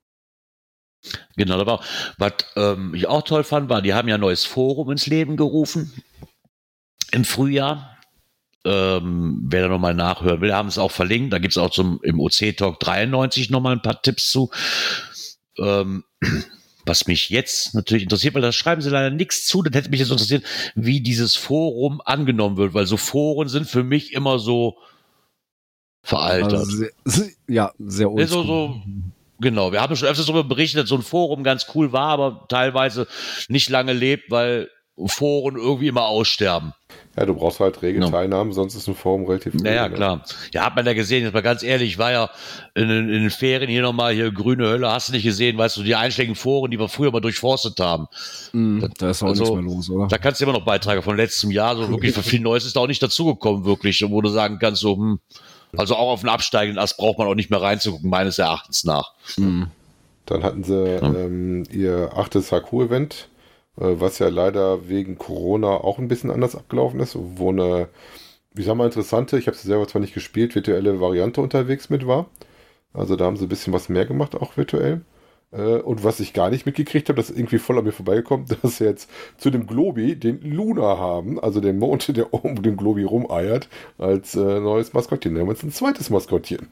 Genau, aber was ähm, ich auch toll fand, war, die haben ja ein neues Forum ins Leben gerufen im Frühjahr. Ähm, wer da nochmal nachhören will, haben es auch verlinkt. Da gibt es auch zum, im O C-Talk dreiundneunzig nochmal ein paar Tipps zu. Ähm, was mich jetzt natürlich interessiert, weil da schreiben sie leider nichts zu, das hätte mich jetzt interessiert, wie dieses Forum angenommen wird, weil so Foren sind für mich immer so veraltet. Also sehr, ja, sehr Ja, so, oldschool. so, genau, wir haben schon öfters darüber berichtet, dass so ein Forum ganz cool war, aber teilweise nicht lange lebt, weil Foren irgendwie immer aussterben. Ja, du brauchst halt rege No. Teilnahme, sonst ist ein Forum relativ Naja, ne? klar. Ja, hat man ja gesehen, jetzt mal ganz ehrlich, ich war ja in, in den Ferien hier nochmal, hier grüne Hölle, hast du nicht gesehen, weißt du, die einschlägigen Foren, die wir früher mal durchforstet haben. Mm, da ist auch Also, nichts mehr los, oder? Da kannst du immer noch Beiträge von letztem Jahr, so wirklich für viel Neues ist da auch nicht dazugekommen, wirklich, wo du sagen kannst, so, hm, also auch auf den absteigenden Ast braucht man auch nicht mehr reinzugucken, meines Erachtens nach. Mm. Dann hatten sie Ja. ähm, ihr achtes H Q-Event, äh, was ja leider wegen Corona auch ein bisschen anders abgelaufen ist, wo eine, wie sagen wir, interessante, ich habe sie selber zwar nicht gespielt, virtuelle Variante unterwegs mit war. Also da haben sie ein bisschen was mehr gemacht, auch virtuell. Äh, und was ich gar nicht mitgekriegt habe, das ist irgendwie voll an mir vorbeigekommen, dass sie jetzt zu dem Globi den Luna haben, also den Mond, der um den Globi rumeiert, als äh, neues Maskottchen. Da haben wir jetzt ein zweites Maskottchen.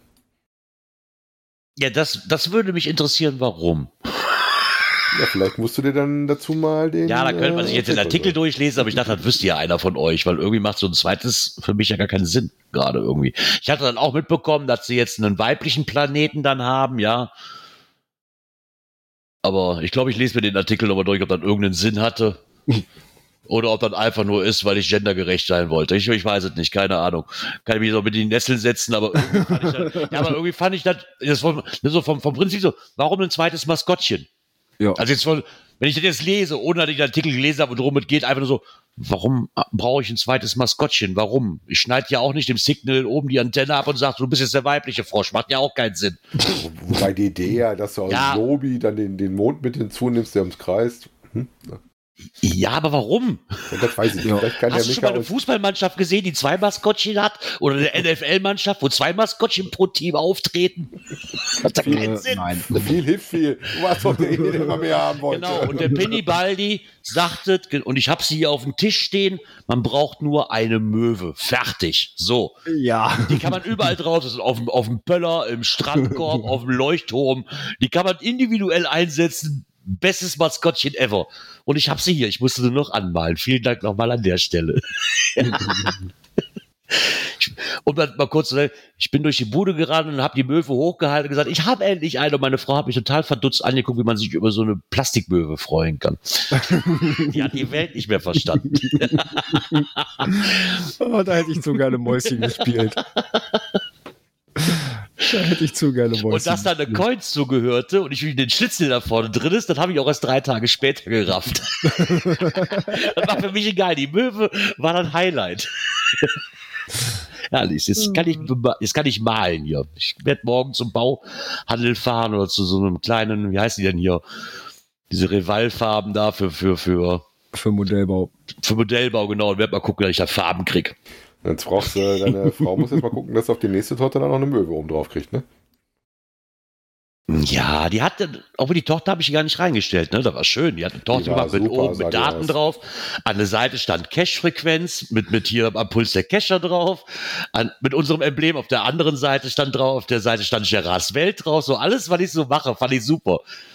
Ja, das, das würde mich interessieren, warum. Ja, vielleicht musst du dir dann dazu mal den... Ja, da könnte man sich jetzt den äh, Artikel durchlesen, aber ich dachte, das wüsste ja einer von euch, weil irgendwie macht so ein zweites für mich ja gar keinen Sinn, gerade irgendwie. Ich hatte dann auch mitbekommen, dass sie jetzt einen weiblichen Planeten dann haben, ja. Aber ich glaube, ich lese mir den Artikel nochmal durch, ob das irgendeinen Sinn hatte. Oder ob das einfach nur ist, weil ich gendergerecht sein wollte. Ich, ich weiß es nicht, keine Ahnung. Kann ich mich so mit in die Nessel setzen, aber irgendwie fand ich das, ja, aber irgendwie fand ich das, das vom, so vom, vom Prinzip so, warum ein zweites Maskottchen? Ja. Also jetzt von, wenn ich das jetzt lese, ohne dass ich den Artikel gelesen habe und worum es geht, einfach nur so, warum brauche ich ein zweites Maskottchen? Warum? Ich schneide ja auch nicht dem Signal oben die Antenne ab und sage, du bist jetzt der weibliche Frosch. Macht ja auch keinen Sinn. Wobei die Idee ja, dass du aus Ja. Globi dann den, den Mond mit hinzunimmst, der ums kreist. Hm? Ja, aber warum? Ja, das weiß ich nicht. Ja. Vielleicht kann Hast du der schon mal Mika eine uns... Fußballmannschaft gesehen, die zwei Maskottchen hat? Oder eine N F L-Mannschaft, wo zwei Maskottchen pro Team auftreten? Macht doch keinen Äh, Sinn. nein. Viel hilft viel. Du warst doch der, der immer mehr haben wollte. Genau, und der Penny Baldi sagte, und ich habe sie hier auf dem Tisch stehen, man braucht nur eine Möwe. Fertig. So. Ja. Die kann man überall drauf, das ist auf dem, auf dem Pöller, im Strandkorb, auf dem Leuchtturm. Die kann man individuell einsetzen. Bestes Maskottchen ever. Und ich habe sie hier. Ich musste nur noch anmalen. Vielen Dank nochmal an der Stelle. Ich, um das mal kurz zu sagen, ich bin durch die Bude gerannt und habe die Möwe hochgehalten und gesagt, ich habe endlich eine. Und meine Frau hat mich total verdutzt angeguckt, wie man sich über so eine Plastikmöwe freuen kann. Die hat die Welt nicht mehr verstanden. Oh, da hätte ich zu gerne Mäuschen gespielt. Da hätte ich zu gerne Mäuschen Und dass da eine gespielt. Coins zugehörte und ich den Schlitzel da vorne drin ist, das habe ich auch erst drei Tage später gerafft. Das war für mich egal. Die Möwe war dann Highlight. Herrlich, jetzt kann ich, jetzt kann ich malen hier. Ich werde morgen zum Bauhandel fahren oder zu so einem kleinen, wie heißen die denn hier? Diese Rivalfarben da für, für, für, Für Modellbau. für Modellbau, genau. Und werde mal gucken, dass ich da Farben kriege. Jetzt brauchst du, deine Frau muss jetzt mal gucken, dass auf die nächste Torte dann noch eine Möwe oben drauf kriegt, ne? Ja, die hatte, obwohl die Tochter habe ich gar nicht reingestellt, ne? Das war schön. Die hat eine Torte Die war gemacht mit super, oben sah mit die Daten aus. drauf. An der Seite stand Cache-Frequenz mit, mit hier am Puls der Cacher drauf. An, mit unserem Emblem auf der anderen Seite stand drauf, auf der Seite stand Gerards Welt drauf. So alles, was ich so mache, fand ich super.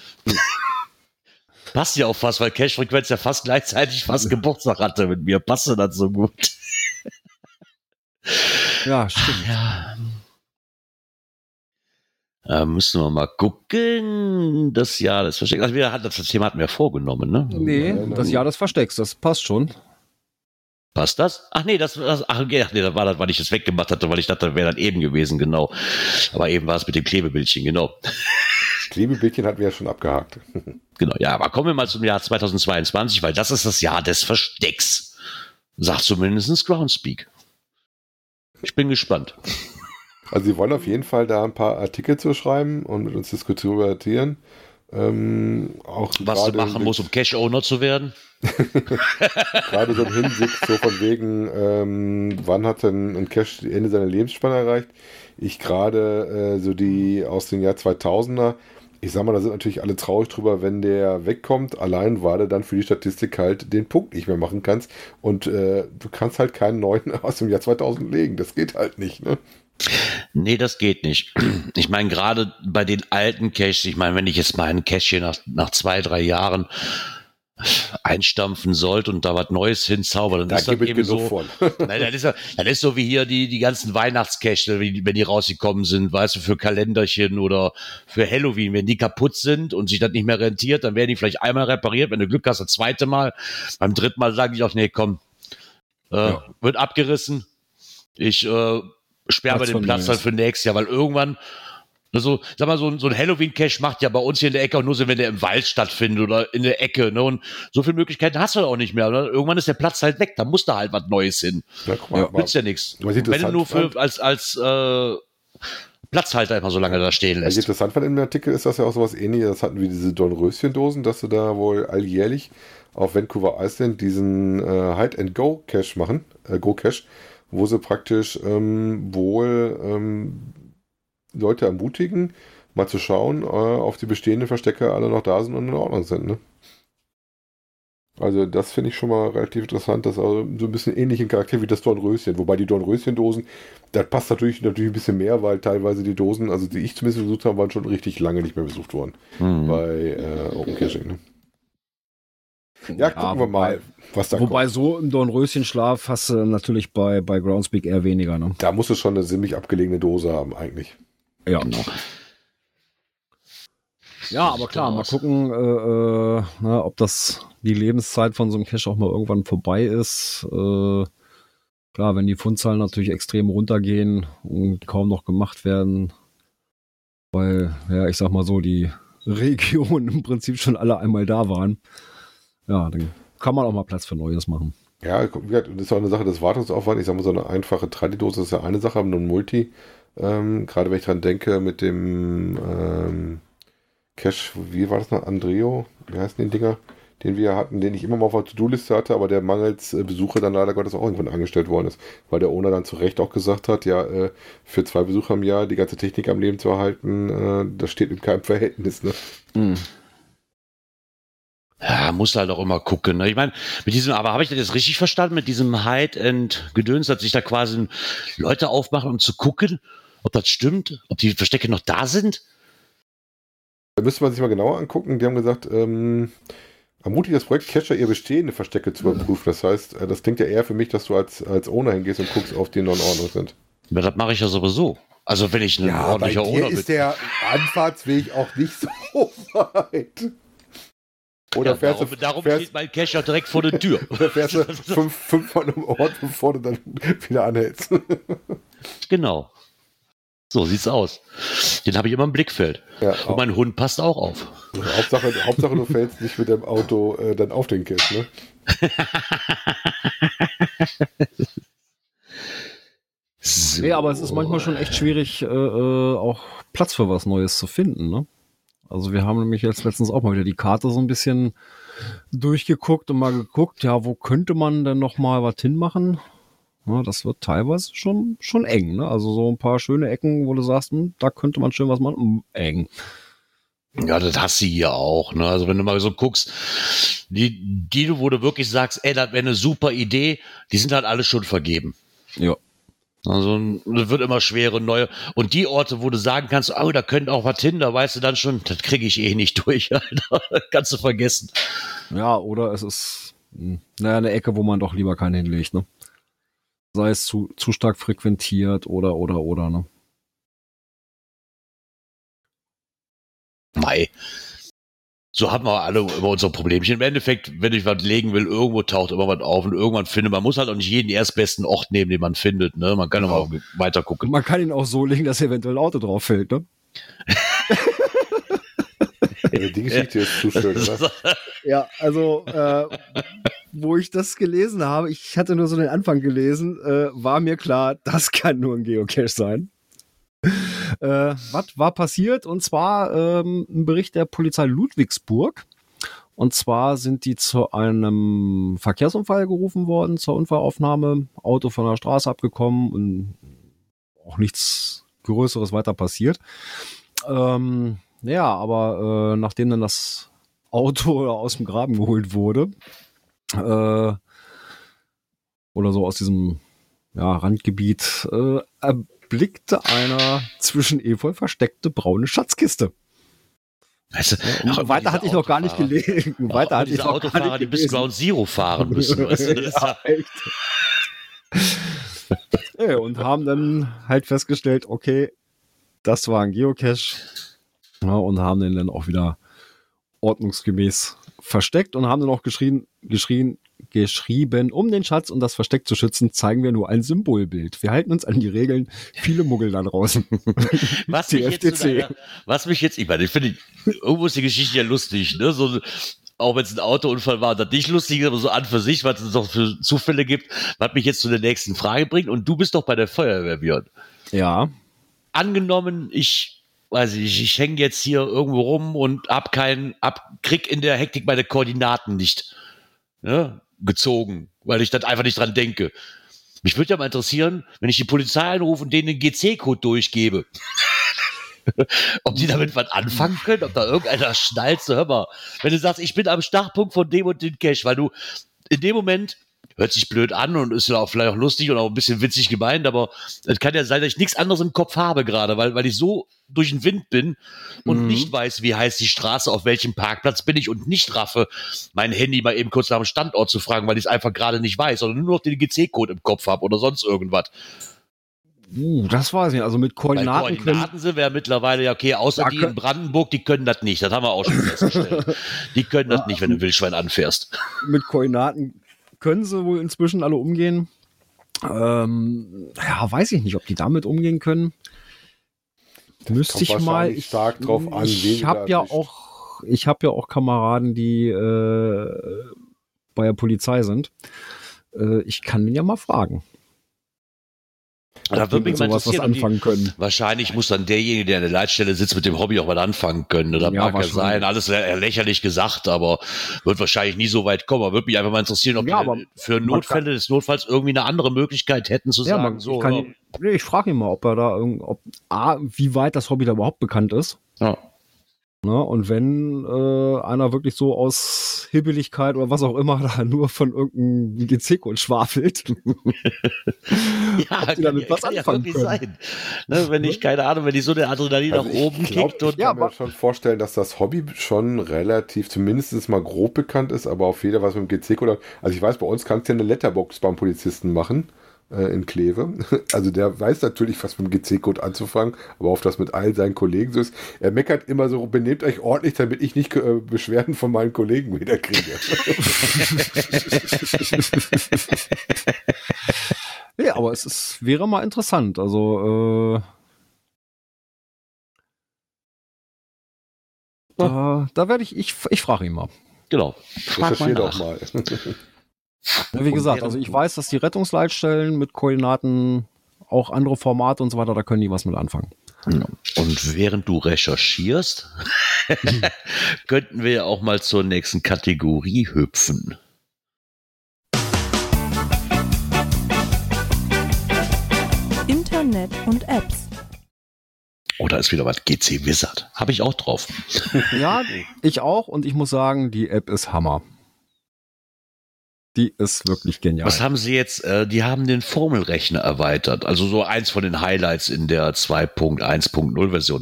Passt ja auch fast, weil Cache-Frequenz ja fast gleichzeitig fast Geburtstag hatte mit mir. Passte das so gut. Ja, stimmt. Ja. Äh, müssen wir mal gucken. Das Jahr des Verstecks. Also wir hatten das Thema hatten wir vorgenommen, ne? Nee, das Jahr des Verstecks, das passt schon. Passt das? Ach nee, das, das ach nee, das war das, weil ich das weggemacht hatte, weil ich dachte, das wäre dann eben gewesen, genau. Aber eben war es mit dem Klebebildchen, genau. Klebebildchen hatten wir ja schon abgehakt. Genau, ja, aber kommen wir mal zum Jahr zweitausendzweiundzwanzig, weil das ist das Jahr des Verstecks. Sagt zumindest Groundspeak. Ich bin gespannt. Also sie wollen auf jeden Fall da ein paar Artikel zu schreiben und mit uns diskutieren. Ähm, auch Was du machen musst, um Cache-Owner zu werden. Gerade so im Hinblick so von wegen, ähm, wann hat denn ein Cache Ende seiner Lebensspanne erreicht? Ich gerade äh, so die aus dem Jahr zweitausender, ich sag mal, da sind natürlich alle traurig drüber, wenn der wegkommt, allein weil du dann für die Statistik halt den Punkt nicht mehr machen kannst und äh, du kannst halt keinen neuen aus dem Jahr zweitausend legen, das geht halt nicht, ne? Nee, das geht nicht. Ich meine, gerade bei den alten Caches, ich meine, wenn ich jetzt mal einen Cache hier nach, nach zwei, drei Jahren einstampfen sollte und da was Neues hinzaubern, dann da ist das eben so. Von. Nein, das, ist, das ist so wie hier die, die ganzen Weihnachtscaches, wenn die rausgekommen sind, weißt du, für Kalenderchen oder für Halloween, wenn die kaputt sind und sich das nicht mehr rentiert, dann werden die vielleicht einmal repariert, wenn du Glück hast, das zweite Mal. Beim dritten Mal sage ich auch, nee, komm, äh, ja. wird abgerissen. Ich äh, sperre den Platz dann für nächstes Jahr, weil irgendwann, also, sag mal, so ein, so ein Halloween-Cache macht ja bei uns hier in der Ecke auch nur Sinn, wenn der im Wald stattfindet oder in der Ecke, ne? Und so viele Möglichkeiten hast du auch nicht mehr, ne? Irgendwann ist der Platz halt weg, da muss da halt was Neues hin. Ja, guck mal, ja, nützt ja nichts. Wenn du nur für, als, als äh, Platzhalter einfach so lange da stehen lässt. Was ich interessant fand im Artikel ist das ja auch sowas ähnliches, das hatten wir diese Dornröschendosen, dass sie da wohl alljährlich auf Vancouver Island diesen äh, Hide-and-Go-Cache machen, äh, Go-Cache, wo sie praktisch ähm, wohl ähm, Leute ermutigen, mal zu schauen, äh, auf die bestehenden Verstecke alle noch da sind und in Ordnung sind. Ne? Also das finde ich schon mal relativ interessant, das ist also so ein bisschen ähnlichen Charakter wie das Dornröschen, wobei die Dornröschendosen, das passt natürlich, natürlich ein bisschen mehr, weil teilweise die Dosen, also die ich zumindest besucht habe, waren schon richtig lange nicht mehr besucht worden mhm. bei äh, Open Caching. Ne? Ja, gucken ja, wir mal, was da Wobei kommt. So im Dornröschenschlaf hast du natürlich bei, bei Groundspeak eher weniger. Ne? Da musst du schon eine ziemlich abgelegene Dose haben eigentlich. Ja, genau. Ja, aber klar, mal gucken, äh, äh, na, ob das die Lebenszeit von so einem Cache auch mal irgendwann vorbei ist. Äh, klar, wenn die Fundzahlen natürlich extrem runtergehen und kaum noch gemacht werden, weil, ja, ich sag mal so, die Regionen im Prinzip schon alle einmal da waren. Ja, dann kann man auch mal Platz für Neues machen. Ja, das ist auch eine Sache des Wartungsaufwands. Ich sag mal, so eine einfache Tradidose ist ja eine Sache, aber nur ein Multi. Ähm, gerade wenn ich dran denke, mit dem ähm, Cache, wie war das noch? Andreo? Wie heißen die Dinger? Den wir hatten, den ich immer mal auf der To-Do-Liste hatte, aber der mangels äh, Besuche dann leider Gottes auch irgendwann angestellt worden ist. Weil der Owner dann zu Recht auch gesagt hat, ja, äh, für zwei Besucher im Jahr die ganze Technik am Leben zu erhalten, äh, das steht in keinem Verhältnis. Ne? Mhm. Ja, muss halt auch immer gucken. Ne? Ich meine, mit diesem, aber habe ich das jetzt richtig verstanden? Mit diesem Hide-and-Gedöns, dass sich da quasi Leute aufmachen, um zu gucken, ob das stimmt, ob die Verstecke noch da sind? Da müsste man sich mal genauer angucken. Die haben gesagt, ähm, ermutigt das Projekt Cacher, ihr bestehende Verstecke zu überprüfen. Das heißt, das klingt ja eher für mich, dass du als, als Owner hingehst und guckst, ob die noch in Ordnung sind. Ja, das mache ich ja sowieso. Also wenn ich ein ja, ordentlicher bei dir Owner bin. ist der Anfahrtsweg auch nicht so weit. Oder ja, fährst darum du, darum fährst, steht mein Cacher direkt vor der Tür. Oder fährst du fünf, fünf von einem Ort, bevor du dann wieder anhältst. Genau. So sieht's aus. Den habe ich immer im Blickfeld. Ja, und auch. Mein Hund passt auch auf. Also Hauptsache, Hauptsache, du fällst nicht mit dem Auto äh, dann auf den Cache, ne? So. Ja, aber es ist manchmal schon echt schwierig, äh, auch Platz für was Neues zu finden, ne? Also wir haben nämlich jetzt letztens auch mal wieder die Karte so ein bisschen durchgeguckt und mal geguckt, ja, wo könnte man denn noch mal was hinmachen? Ja, das wird teilweise schon, schon eng, ne? Also so ein paar schöne Ecken, wo du sagst, hm, da könnte man schön was machen, hm, eng. Ja, das hast du hier auch, ne? Also wenn du mal so guckst, die, die, wo du wirklich sagst, ey, das wäre eine super Idee, die sind halt alle schon vergeben. Ja. Also es wird immer schwere neue. Und die Orte, wo du sagen kannst, oh, da könnte auch was hin, da weißt du dann schon, das kriege ich eh nicht durch, Alter. Kannst du vergessen. Ja, oder es ist, naja, eine Ecke, wo man doch lieber keinen hinlegt, ne? Sei es zu, zu stark frequentiert oder, oder, oder, ne? vorbei. So haben wir alle immer unsere Problemchen. Im Endeffekt, wenn ich was legen will, irgendwo taucht immer was auf und irgendwann findet man, muss halt auch nicht jeden erstbesten Ort nehmen, den man findet. Ne? Man kann genau. immer weiter gucken. Man kann ihn auch so legen, dass eventuell ein Auto drauf fällt. Ne? Also die Geschichte ist zu schön, oder? Ja, also äh, wo ich das gelesen habe, ich hatte nur so den Anfang gelesen, äh, war mir klar, das kann nur ein Geocache sein. Äh, was war passiert? Und zwar ähm, ein Bericht der Polizei Ludwigsburg. Und zwar sind die zu einem Verkehrsunfall gerufen worden, zur Unfallaufnahme. Auto von der Straße abgekommen und auch nichts Größeres weiter passiert. Ähm, ja, aber äh, nachdem dann das Auto aus dem Graben geholt wurde, äh, oder so aus diesem ja, Randgebiet, äh, blickte einer zwischen Efeu versteckte braune Schatzkiste. Weißt du, ja, ach, weiter hatte ich noch gar nicht gelegen. Ja, weiter hatte ich noch Autofahrer, gar nicht die bis Ground Zero fahren müssen. Weißt du, das ist ja, echt. Ja, und haben dann halt festgestellt, okay, das war ein Geocache. Ja, und haben den dann auch wieder ordnungsgemäß versteckt und haben dann auch geschrien, geschrien, geschrieben, um den Schatz und das Versteck zu schützen, zeigen wir nur ein Symbolbild. Wir halten uns an die Regeln, viele Muggel da draußen. Was mich, jetzt deiner, was mich jetzt, ich meine, ich finde, irgendwo ist die Geschichte ja lustig, ne? So, auch wenn es ein Autounfall war, das nicht lustig ist, aber so an für sich, was es noch für Zufälle gibt, was mich jetzt zu der nächsten Frage bringt. Und du bist doch bei der Feuerwehr, Björn. Ja. Angenommen, ich weiß ich, ich hänge jetzt hier irgendwo rum und hab keinen, ab, krieg in der Hektik meine Koordinaten nicht, ne, gezogen, weil ich dann einfach nicht dran denke. Mich würde ja mal interessieren, wenn ich die Polizei anrufe und denen den G C-Code durchgebe, ob die damit was anfangen können, ob da irgendeiner schnallt, so hör mal, wenn du sagst, ich bin am Startpunkt von dem und dem Cache, weil du in dem Moment, hört sich blöd an und ist ja auch vielleicht auch lustig und auch ein bisschen witzig gemeint, aber es kann ja sein, dass ich nichts anderes im Kopf habe gerade, weil, weil ich so durch den Wind bin und mhm. nicht weiß, wie heißt die Straße, auf welchem Parkplatz bin ich und nicht raffe, mein Handy mal eben kurz nach dem Standort zu fragen, weil ich es einfach gerade nicht weiß, sondern nur noch den G C-Code im Kopf habe oder sonst irgendwas. Uh, das weiß ich nicht. Also mit Koordinaten. Bei Koordinaten sind wir ja mittlerweile, ja okay, außer ja, die in Brandenburg, die können das nicht. Das haben wir auch schon festgestellt. Die können das ja, nicht, wenn du Wildschwein anfährst. Mit Koordinaten können sie wohl inzwischen alle umgehen. Ähm, ja, weiß ich nicht, ob die damit umgehen können. Das Müsste ich mal. Ich, stark drauf an, ich habe ja auch, ich habe ja auch Kameraden, die äh, bei der Polizei sind. Äh, ich kann den ja mal fragen. Da würde mich mal was anfangen können. Wahrscheinlich muss dann derjenige, der an der Leitstelle sitzt, mit dem Hobby auch was anfangen können. Das ja, mag ja sein, alles lächerlich gesagt, aber wird wahrscheinlich nie so weit kommen. Würde mich einfach mal interessieren, ob ja, die für Notfälle des Notfalls irgendwie eine andere Möglichkeit hätten zu ja, sagen. Man, so, ich kann, nee, ich frage ihn mal, ob er da ob A, wie weit das Hobby da überhaupt bekannt ist. Ja. Ne, und wenn äh, einer wirklich so aus Hibbeligkeit oder was auch immer da nur von irgendeinem G C-Code schwafelt, ja, ob die damit ja, was kann anfangen ja können. Sein. Ne, wenn ich, keine Ahnung, wenn die so der Adrenalin also nach oben glaub, kickt. Und ich kann ja, mir schon vorstellen, dass das Hobby schon relativ, zumindest mal grob bekannt ist, aber auf jeder was mit dem G C-Code hat. Also ich weiß, bei uns kannst du ja eine Letterbox beim Polizisten machen. In Kleve. Also der weiß natürlich, was mit dem G C-Code anzufangen, aber auf das mit all seinen Kollegen so ist. Er meckert immer so, benehmt euch ordentlich, damit ich nicht äh, Beschwerden von meinen Kollegen wieder kriege. Ja, aber es ist, wäre mal interessant. Also äh, da, da werde ich, ich, ich frage ihn mal. Genau. Frag mal doch mal. Ja, wie gesagt, also ich weiß, dass die Rettungsleitstellen mit Koordinaten, auch andere Formate und so weiter, da können die was mit anfangen. Ja. Und während du recherchierst, könnten wir ja auch mal zur nächsten Kategorie hüpfen. Internet und Apps. Oh, da ist wieder was G C Wizard. Habe ich auch drauf. Ja, ich auch und ich muss sagen, die App ist Hammer. Die ist wirklich genial. Was haben sie jetzt? Äh, die haben den Formelrechner erweitert. Also so eins von den Highlights in der zwei Punkt eins Punkt null Version.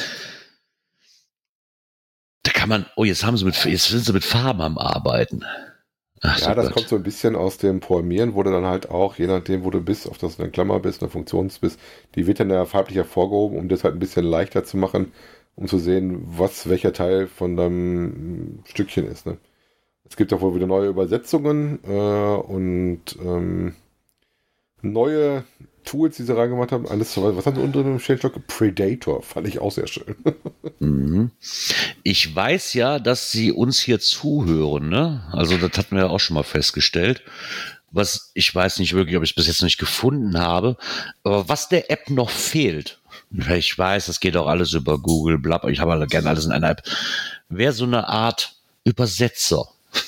Da kann man, oh, jetzt haben sie mit, jetzt sind sie mit Farben am Arbeiten. Ach, ja, so das Gott. Kommt so ein bisschen aus dem Programmieren, wo du dann halt auch, je nachdem, wo du bist, ob das eine Klammer bist, eine Funktion bist, die wird dann ja farblich hervorgehoben, um das halt ein bisschen leichter zu machen. um zu sehen, was welcher Teil von deinem Stückchen ist. Ne? Es gibt auch wohl wieder neue Übersetzungen äh, und ähm, neue Tools, die sie reingemacht haben. Alles, was haben sie unten im Changelog? Predator, fand ich auch sehr schön. Mhm. Ich weiß ja, dass sie uns hier zuhören, ne? Also das hatten wir ja auch schon mal festgestellt. Was ich weiß nicht wirklich, ob ich es bis jetzt noch nicht gefunden habe, aber was der App noch fehlt, ich weiß, das geht auch alles über Google, bla, ich habe halt gerne alles in einer App, wäre so eine Art Übersetzer.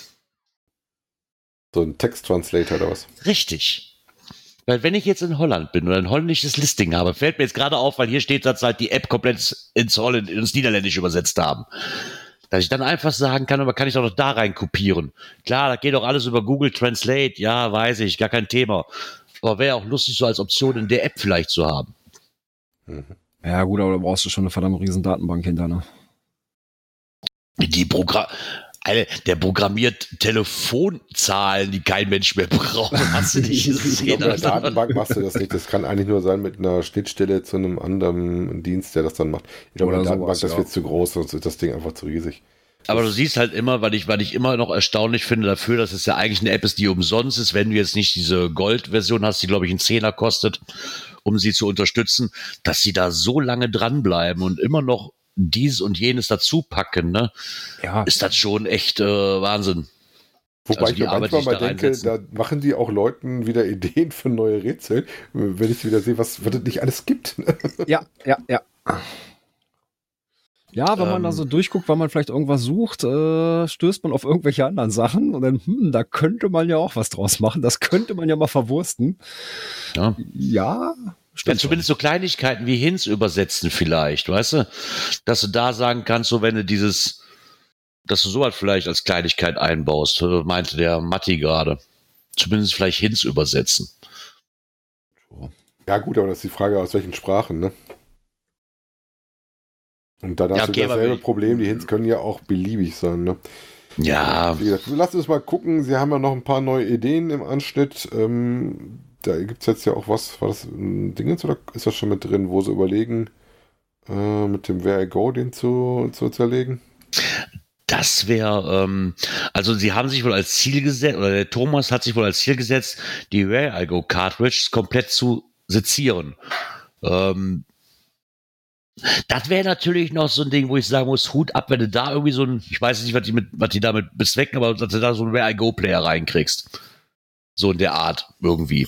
So ein Text-Translator oder was? Richtig. Weil wenn ich jetzt in Holland bin oder ein holländisches Listing habe, fällt mir jetzt gerade auf, weil hier steht, dass halt die App komplett ins Holland, ins Niederländische übersetzt haben. Dass ich dann einfach sagen kann, aber kann ich doch noch da rein kopieren. Klar, da geht doch alles über Google Translate, ja, weiß ich, gar kein Thema. Aber wäre auch lustig, so als Option in der App vielleicht zu haben. Mhm. Ja gut, aber da brauchst du schon eine verdammt riesen Datenbank hinter, ne? Die Programm... Der programmiert Telefonzahlen, die kein Mensch mehr braucht. Hast du nicht gesehen? Mit der Datenbank machst du das nicht. Das kann eigentlich nur sein mit einer Schnittstelle zu einem anderen Dienst, der das dann macht. Ich glaube, eine Datenbank, das wird zu groß, sonst ist das Ding einfach zu riesig. Aber du siehst halt immer, weil ich, weil ich immer noch erstaunlich finde dafür, dass es ja eigentlich eine App ist, die umsonst ist, wenn du jetzt nicht diese Gold-Version hast, die glaube ich einen Zehner kostet, um sie zu unterstützen, dass sie da so lange dranbleiben und immer noch dies und jenes dazu packen, ne? Ja. Ist das schon echt äh, Wahnsinn. Wobei also ich mir manchmal mal denke, da machen die auch Leuten wieder Ideen für neue Rätsel, wenn ich wieder sehe, was, was es nicht alles gibt. Ja, ja, ja. Ja, wenn man ähm, da so durchguckt, weil man vielleicht irgendwas sucht, äh, stößt man auf irgendwelche anderen Sachen und dann, hm, da könnte man ja auch was draus machen. Das könnte man ja mal verwursten. Ja. Ja. Ja, zumindest so Kleinigkeiten wie Hints übersetzen vielleicht, weißt du? Dass du da sagen kannst, so wenn du dieses, dass du so halt vielleicht als Kleinigkeit einbaust, meinte der Matti gerade. Zumindest vielleicht Hints übersetzen. Ja gut, aber das ist die Frage, aus welchen Sprachen, ne? Und dann hast ja, okay, du dasselbe Problem, die Hints können ja auch beliebig sein, ne? Ja. Wie gesagt, lass uns mal gucken, sie haben ja noch ein paar neue Ideen im Anschnitt, ähm, da gibt es jetzt ja auch was, war das ein Dingens oder ist das schon mit drin, wo sie überlegen, äh, mit dem Where I Go den zu, zu zerlegen? Das wäre, ähm, also sie haben sich wohl als Ziel gesetzt, oder der Thomas hat sich wohl als Ziel gesetzt, die Where I Go Cartridge komplett zu sezieren. Ähm, das wäre natürlich noch so ein Ding, wo ich sagen muss, Hut ab, wenn du da irgendwie so ein, ich weiß nicht, was die, mit, was die damit bezwecken, aber dass du da so einen Where I Go Player reinkriegst. So in der Art irgendwie.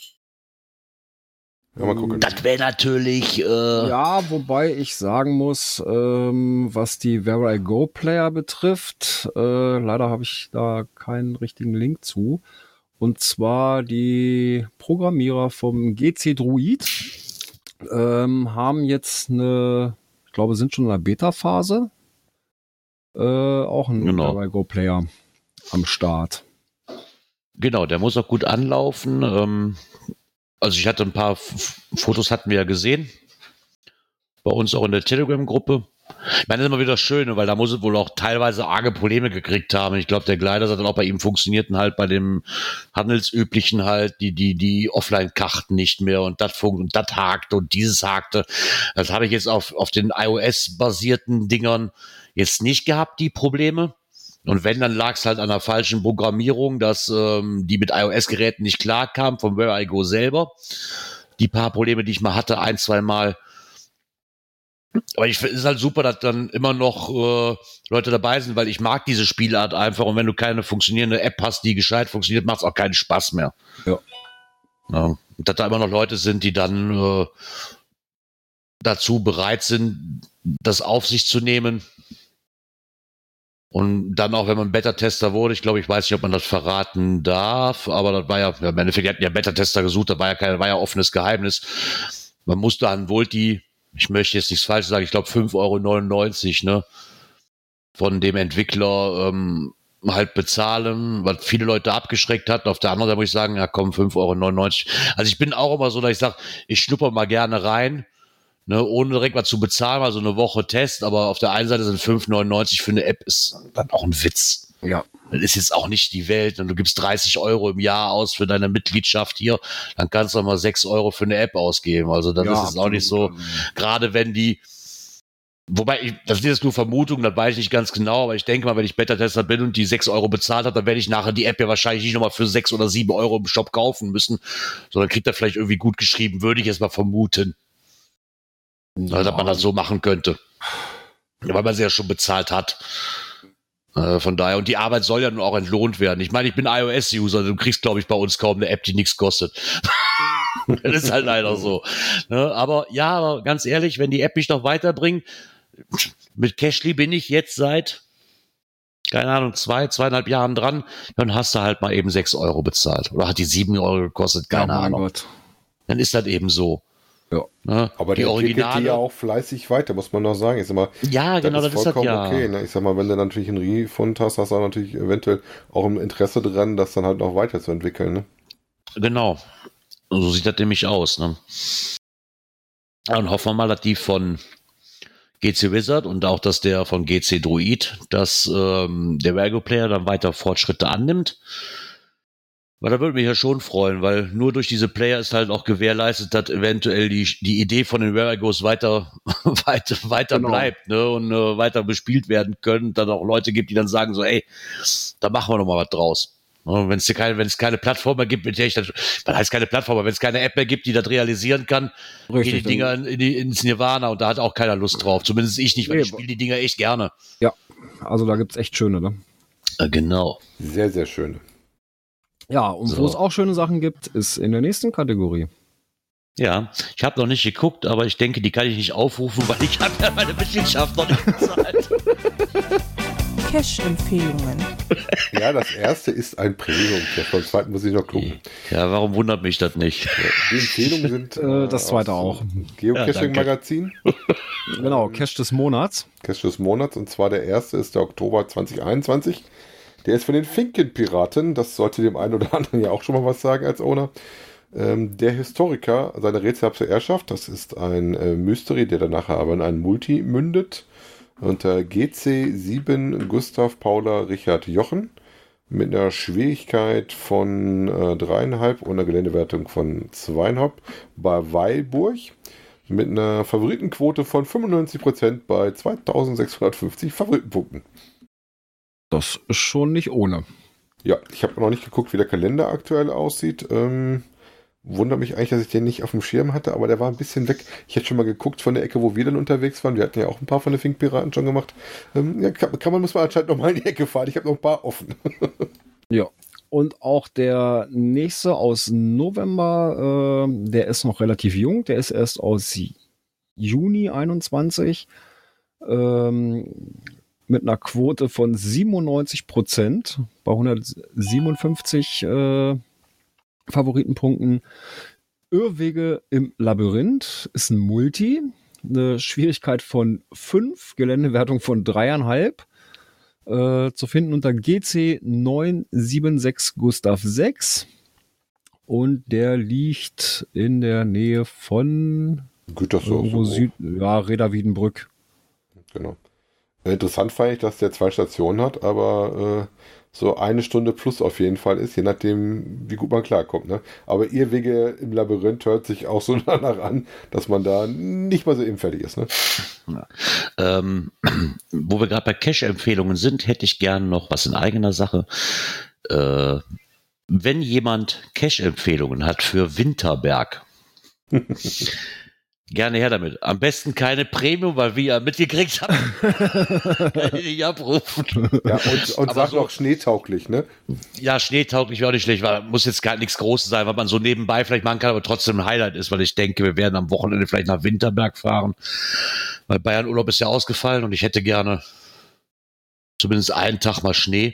Ja, mal gucken. Das wäre natürlich... Äh ja, wobei ich sagen muss, ähm, was die Where I Go Player betrifft, äh, leider habe ich da keinen richtigen Link zu. Und zwar die Programmierer vom G C Druid ähm, haben jetzt eine, ich glaube, sind schon in der Beta-Phase, äh, auch ein genau. Where I Go Player am Start. Genau, der muss auch gut anlaufen. Ähm Also ich hatte ein paar F- Fotos hatten wir ja gesehen. Bei uns auch in der Telegram-Gruppe. Ich meine, das ist immer wieder schön, weil da muss es wohl auch teilweise arge Probleme gekriegt haben. Ich glaube, der Gleiter hat dann auch bei ihm funktionierten halt bei dem handelsüblichen halt die, die, die Offline-Karten nicht mehr und das funkt und das hakte und dieses hakte. Das habe ich jetzt auf, auf den iOS-basierten Dingern jetzt nicht gehabt, die Probleme. Und wenn, dann lag es halt an der falschen Programmierung, dass ähm, die mit iOS-Geräten nicht klarkam, vom Where I Go selber. Die paar Probleme, die ich mal hatte, ein, zwei Mal. Aber ich finde es halt super, dass dann immer noch äh, Leute dabei sind, weil ich mag diese Spielart einfach. Und wenn du keine funktionierende App hast, die gescheit funktioniert, macht es auch keinen Spaß mehr. Ja. Ja. Und dass da immer noch Leute sind, die dann äh, dazu bereit sind, das auf sich zu nehmen. Und dann auch, wenn man Beta-Tester wurde, ich glaube, ich weiß nicht, ob man das verraten darf, aber das war ja, im Endeffekt, die hatten ja Beta-Tester gesucht, das war ja kein, war ja offenes Geheimnis. Man musste an Volti, ich möchte jetzt nichts Falsches sagen, ich glaube fünf Euro neunundneunzig, ne, von dem Entwickler ähm, halt bezahlen, was viele Leute abgeschreckt hat. Auf der anderen Seite muss ich sagen, ja komm, fünf Euro neunundneunzig. Also ich bin auch immer so, dass ich sage, ich schnupper mal gerne rein, ne, ohne direkt mal zu bezahlen, mal so eine Woche Test, aber auf der einen Seite sind fünf neunundneunzig für eine App ist dann auch ein Witz. Ja. Das ist jetzt auch nicht die Welt und du gibst dreißig Euro im Jahr aus für deine Mitgliedschaft hier, dann kannst du auch mal sechs Euro für eine App ausgeben. Also dann ja, ist es auch nicht so, gerade wenn die Wobei, ich, das ist jetzt nur Vermutung, das weiß ich nicht ganz genau, aber ich denke mal, wenn ich Beta-Tester bin und die sechs Euro bezahlt habe, dann werde ich nachher die App ja wahrscheinlich nicht nochmal für sechs oder sieben Euro im Shop kaufen müssen, sondern kriegt er vielleicht irgendwie gut geschrieben, würde ich jetzt mal vermuten. Ja. Also, dass man das so machen könnte. Weil man sie ja schon bezahlt hat. Äh, von daher, und die Arbeit soll ja nun auch entlohnt werden. Ich meine, ich bin iOS-User, du kriegst, glaube ich, bei uns kaum eine App, die nichts kostet. Das ist halt leider so. Ne? Aber ja, aber ganz ehrlich, wenn die App mich noch weiterbringt, mit Cashly bin ich jetzt seit, keine Ahnung, zwei, zweieinhalb Jahren dran, dann hast du halt mal eben sechs Euro bezahlt. Oder hat die sieben Euro gekostet, keine ja, Ahnung. Gott. Dann ist das eben so. Ja. Ne? Aber die der entwickelt Originale, die ja auch fleißig weiter, muss man noch sagen. Ich sag mal, ja, genau, das ist das ja. Okay, ne? Ich sag mal, wenn du natürlich einen Refund hast, hast du natürlich eventuell auch ein Interesse dran, das dann halt noch weiterzuentwickeln. Ne? Genau. So sieht das nämlich aus. Ne? Und hoffen wir mal, dass die von G C Wizard und auch, dass der von G C Druid, dass ähm, der Vergo-Player dann weiter Fortschritte annimmt. Weil da würde mich ja schon freuen, weil nur durch diese Player ist halt auch gewährleistet, dass eventuell die, die Idee von den Vergos weiter, weiter, weiter genau. bleibt, ne, und äh, weiter bespielt werden können. Dann auch Leute gibt, die dann sagen so, ey, da machen wir noch mal was draus. Wenn es keine, wenn es keine Plattform mehr gibt, mit der ich das, das heißt keine Plattform, aber wenn es keine App mehr gibt, die das realisieren kann, Richtig, gehen die Dinger in, in die, ins Nirvana und da hat auch keiner Lust drauf. Zumindest ich nicht, weil nee, ich spiele die Dinger echt gerne. Ja, also da gibt es echt schöne, ne? Äh, genau. Sehr, sehr schöne. Ja, und So. wo es auch schöne Sachen gibt, ist in der nächsten Kategorie. Ja, ich habe noch nicht geguckt, aber ich denke, die kann ich nicht aufrufen, weil ich habe ja meine Mitgliedschaft noch nicht bezahlt. Cash-Empfehlungen. Ja, das erste ist ein Premium-Cash. Beim zweiten muss ich noch gucken. Ja, warum wundert mich das nicht? Die Empfehlungen sind Äh, das zweite aus auch. Geocaching-Magazin. Genau, Cash des Monats. Cache des Monats. Und zwar der erste ist der Oktober zwanzig einundzwanzig. Der ist von den Finkenpiraten. Das sollte dem einen oder anderen ja auch schon mal was sagen als Owner. Ähm, der Historiker, seine Rätsel habt ihr erschafft. Das ist ein äh, Mystery, der dann nachher aber in einen Multi mündet. Unter G C sieben Gustav Paula Richard Jochen. Mit einer Schwierigkeit von äh, dreieinhalb und einer Geländewertung von zweieinhalb bei Weilburg. Mit einer Favoritenquote von fünfundneunzig Prozent bei zweitausendsechshundertfünfzig Favoritenpunkten. Das ist schon nicht ohne. Ja, ich habe noch nicht geguckt, wie der Kalender aktuell aussieht. Ähm, wundert mich eigentlich, dass ich den nicht auf dem Schirm hatte, aber der war ein bisschen weg. Ich hätte schon mal geguckt von der Ecke, wo wir dann unterwegs waren. Wir hatten ja auch ein paar von den Fink-Piraten schon gemacht. Ähm, ja, kann, kann man, muss man anscheinend noch mal in die Ecke fahren. Ich habe noch ein paar offen. Ja. Und auch der nächste aus November, äh, der ist noch relativ jung. Der ist erst aus Juni einundzwanzig. Ähm, mit einer Quote von siebenundneunzig Prozent bei hundertsiebenundfünfzig äh, Favoritenpunkten. Irrwege im Labyrinth ist ein Multi, eine Schwierigkeit von fünf, Geländewertung von dreieinhalb, äh, zu finden unter G C neun sieben sechs Gustav sechs und der liegt in der Nähe von Gütersloh. irgendwo Süd, ja, Reda Wiedenbrück. Genau. Interessant fand ich, dass der zwei Stationen hat, aber äh, so eine Stunde plus auf jeden Fall ist, je nachdem, wie gut man klarkommt. Ne? Aber Irrwege im Labyrinth hört sich auch so danach an, dass man da nicht mal so eben fertig ist. Ne? Ja. Ähm, wo wir gerade bei Cache-Empfehlungen sind, hätte ich gern noch was in eigener Sache. Äh, wenn jemand Cache-Empfehlungen hat für Winterberg, gerne her damit. Am besten keine Premium, weil wir ja mitgekriegt haben, kann ich nicht abrufen. Ja, und, und sag so, noch schneetauglich, ne? Ja, schneetauglich wäre auch nicht schlecht, weil muss jetzt gar nichts Großes sein, was man so nebenbei vielleicht machen kann, aber trotzdem ein Highlight ist, weil ich denke, wir werden am Wochenende vielleicht nach Winterberg fahren, weil Bayern Urlaub ist ja ausgefallen und ich hätte gerne zumindest einen Tag mal Schnee,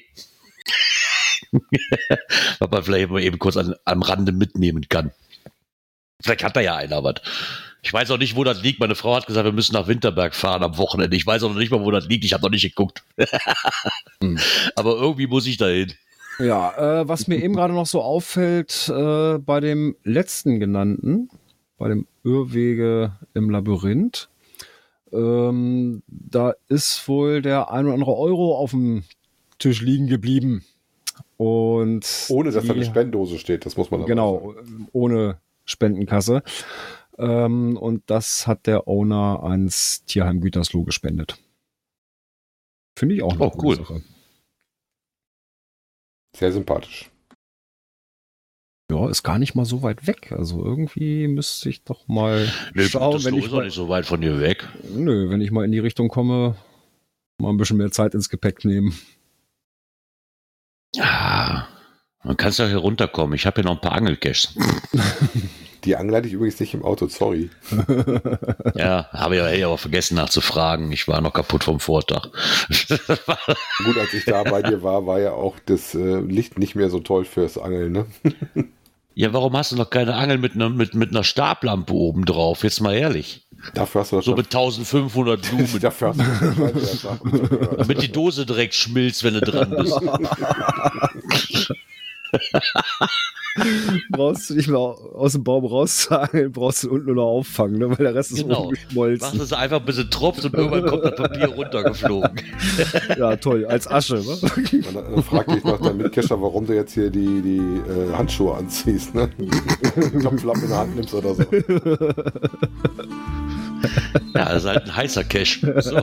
was man vielleicht mal eben kurz an, am Rande mitnehmen kann. Vielleicht hat da ja einer was. Ich weiß auch nicht, wo das liegt. Meine Frau hat gesagt, wir müssen nach Winterberg fahren am Wochenende. Ich weiß auch noch nicht mal, wo das liegt. Ich habe noch nicht geguckt. hm. Aber irgendwie muss ich da hin. Ja, äh, was mir eben gerade noch so auffällt, äh, bei dem letzten genannten, bei dem Irrwege im Labyrinth, ähm, da ist wohl der ein oder andere Euro auf dem Tisch liegen geblieben. Und ohne, dass die, da eine Spendose steht, das muss man aber Genau, sagen. ohne Spendenkasse. Ähm, und das hat der Owner ans Tierheim Gütersloh gespendet. Finde ich auch eine Oh, coole cool. Sache. Sehr sympathisch. Ja, ist gar nicht mal so weit weg. Also irgendwie müsste ich doch mal Nee, schauen, das wenn ich ist auch mal, nicht so weit von dir weg. nö, wenn ich mal in die Richtung komme, mal ein bisschen mehr Zeit ins Gepäck nehmen. Ja, man kann ja hier runterkommen. Ich habe hier noch ein paar Angelcaches. Die Angel hatte ich übrigens nicht im Auto, sorry. Ja, habe ich aber, aber vergessen nachzufragen. Ich war noch kaputt vom Vortag. Gut, als ich da bei dir war, war ja auch das äh, Licht nicht mehr so toll fürs Angeln, ne? Ja, warum hast du noch keine Angel mit einer mit, mit einer Stablampe oben drauf? Jetzt mal ehrlich. Dafür hast du das So mit eintausendfünfhundert Lumen, Dafür hast du das wahrscheinlich damit die Dose direkt schmilzt, wenn du dran bist. Brauchst du nicht mehr aus dem Baum rauszuangeln, brauchst du unten nur noch auffangen, ne? Weil der Rest ist Genau. oben geschmolzen. Machst es einfach ein bisschen tropft und irgendwann kommt das Papier runtergeflogen. Ja, toll, als Asche. Ne? Und dann, dann fragte ich noch deinen Mitcacher, warum du jetzt hier die, die äh, Handschuhe anziehst, ne? Klopflappen in der Hand nimmst oder so. Ja, das ist halt ein heißer Cache. So.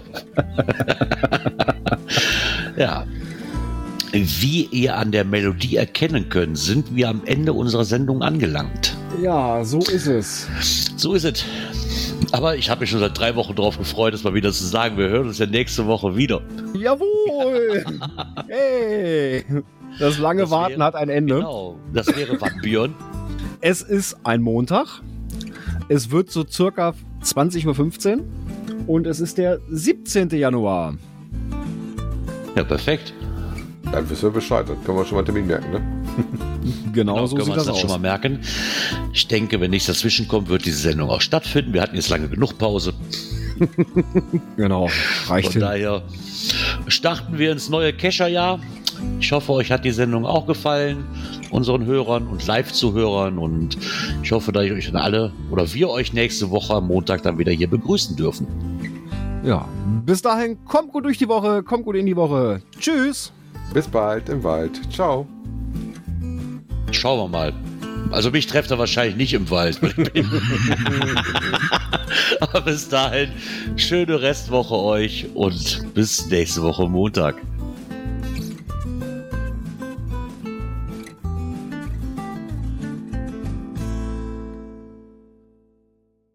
Ja. Wie ihr an der Melodie erkennen könnt, sind wir am Ende unserer Sendung angelangt. Ja, so ist es. So ist es. Aber ich habe mich schon seit drei Wochen darauf gefreut, das mal wieder zu sagen. Wir hören uns ja nächste Woche wieder. Jawohl! Hey! Das lange Das Warten wäre- hat ein Ende. Genau. Das wäre wann, Björn? Es ist ein Montag. Es wird so circa zwanzig Uhr fünfzehn und es ist der siebzehnten Januar. Ja, perfekt. Dann wissen wir Bescheid, dann können wir schon mal einen Termin merken, ne? Genau, Genau, so können sieht wir uns das das schon mal aus. merken. Ich denke, wenn nichts dazwischen kommt, wird diese Sendung auch stattfinden. Wir hatten jetzt lange genug Pause. Genau, reicht Von hin. daher starten wir ins neue Kescherjahr. Ich hoffe, euch hat die Sendung auch gefallen, unseren Hörern und Live-Zuhörern. Und ich hoffe, dass ich euch dann alle oder wir euch nächste Woche am Montag dann wieder hier begrüßen dürfen. Ja, bis dahin, kommt gut durch die Woche, kommt gut in die Woche. Tschüss! Bis bald im Wald. Ciao. Schauen wir mal. Also mich trefft er wahrscheinlich nicht im Wald. Aber bis dahin, schöne Restwoche euch und bis nächste Woche Montag.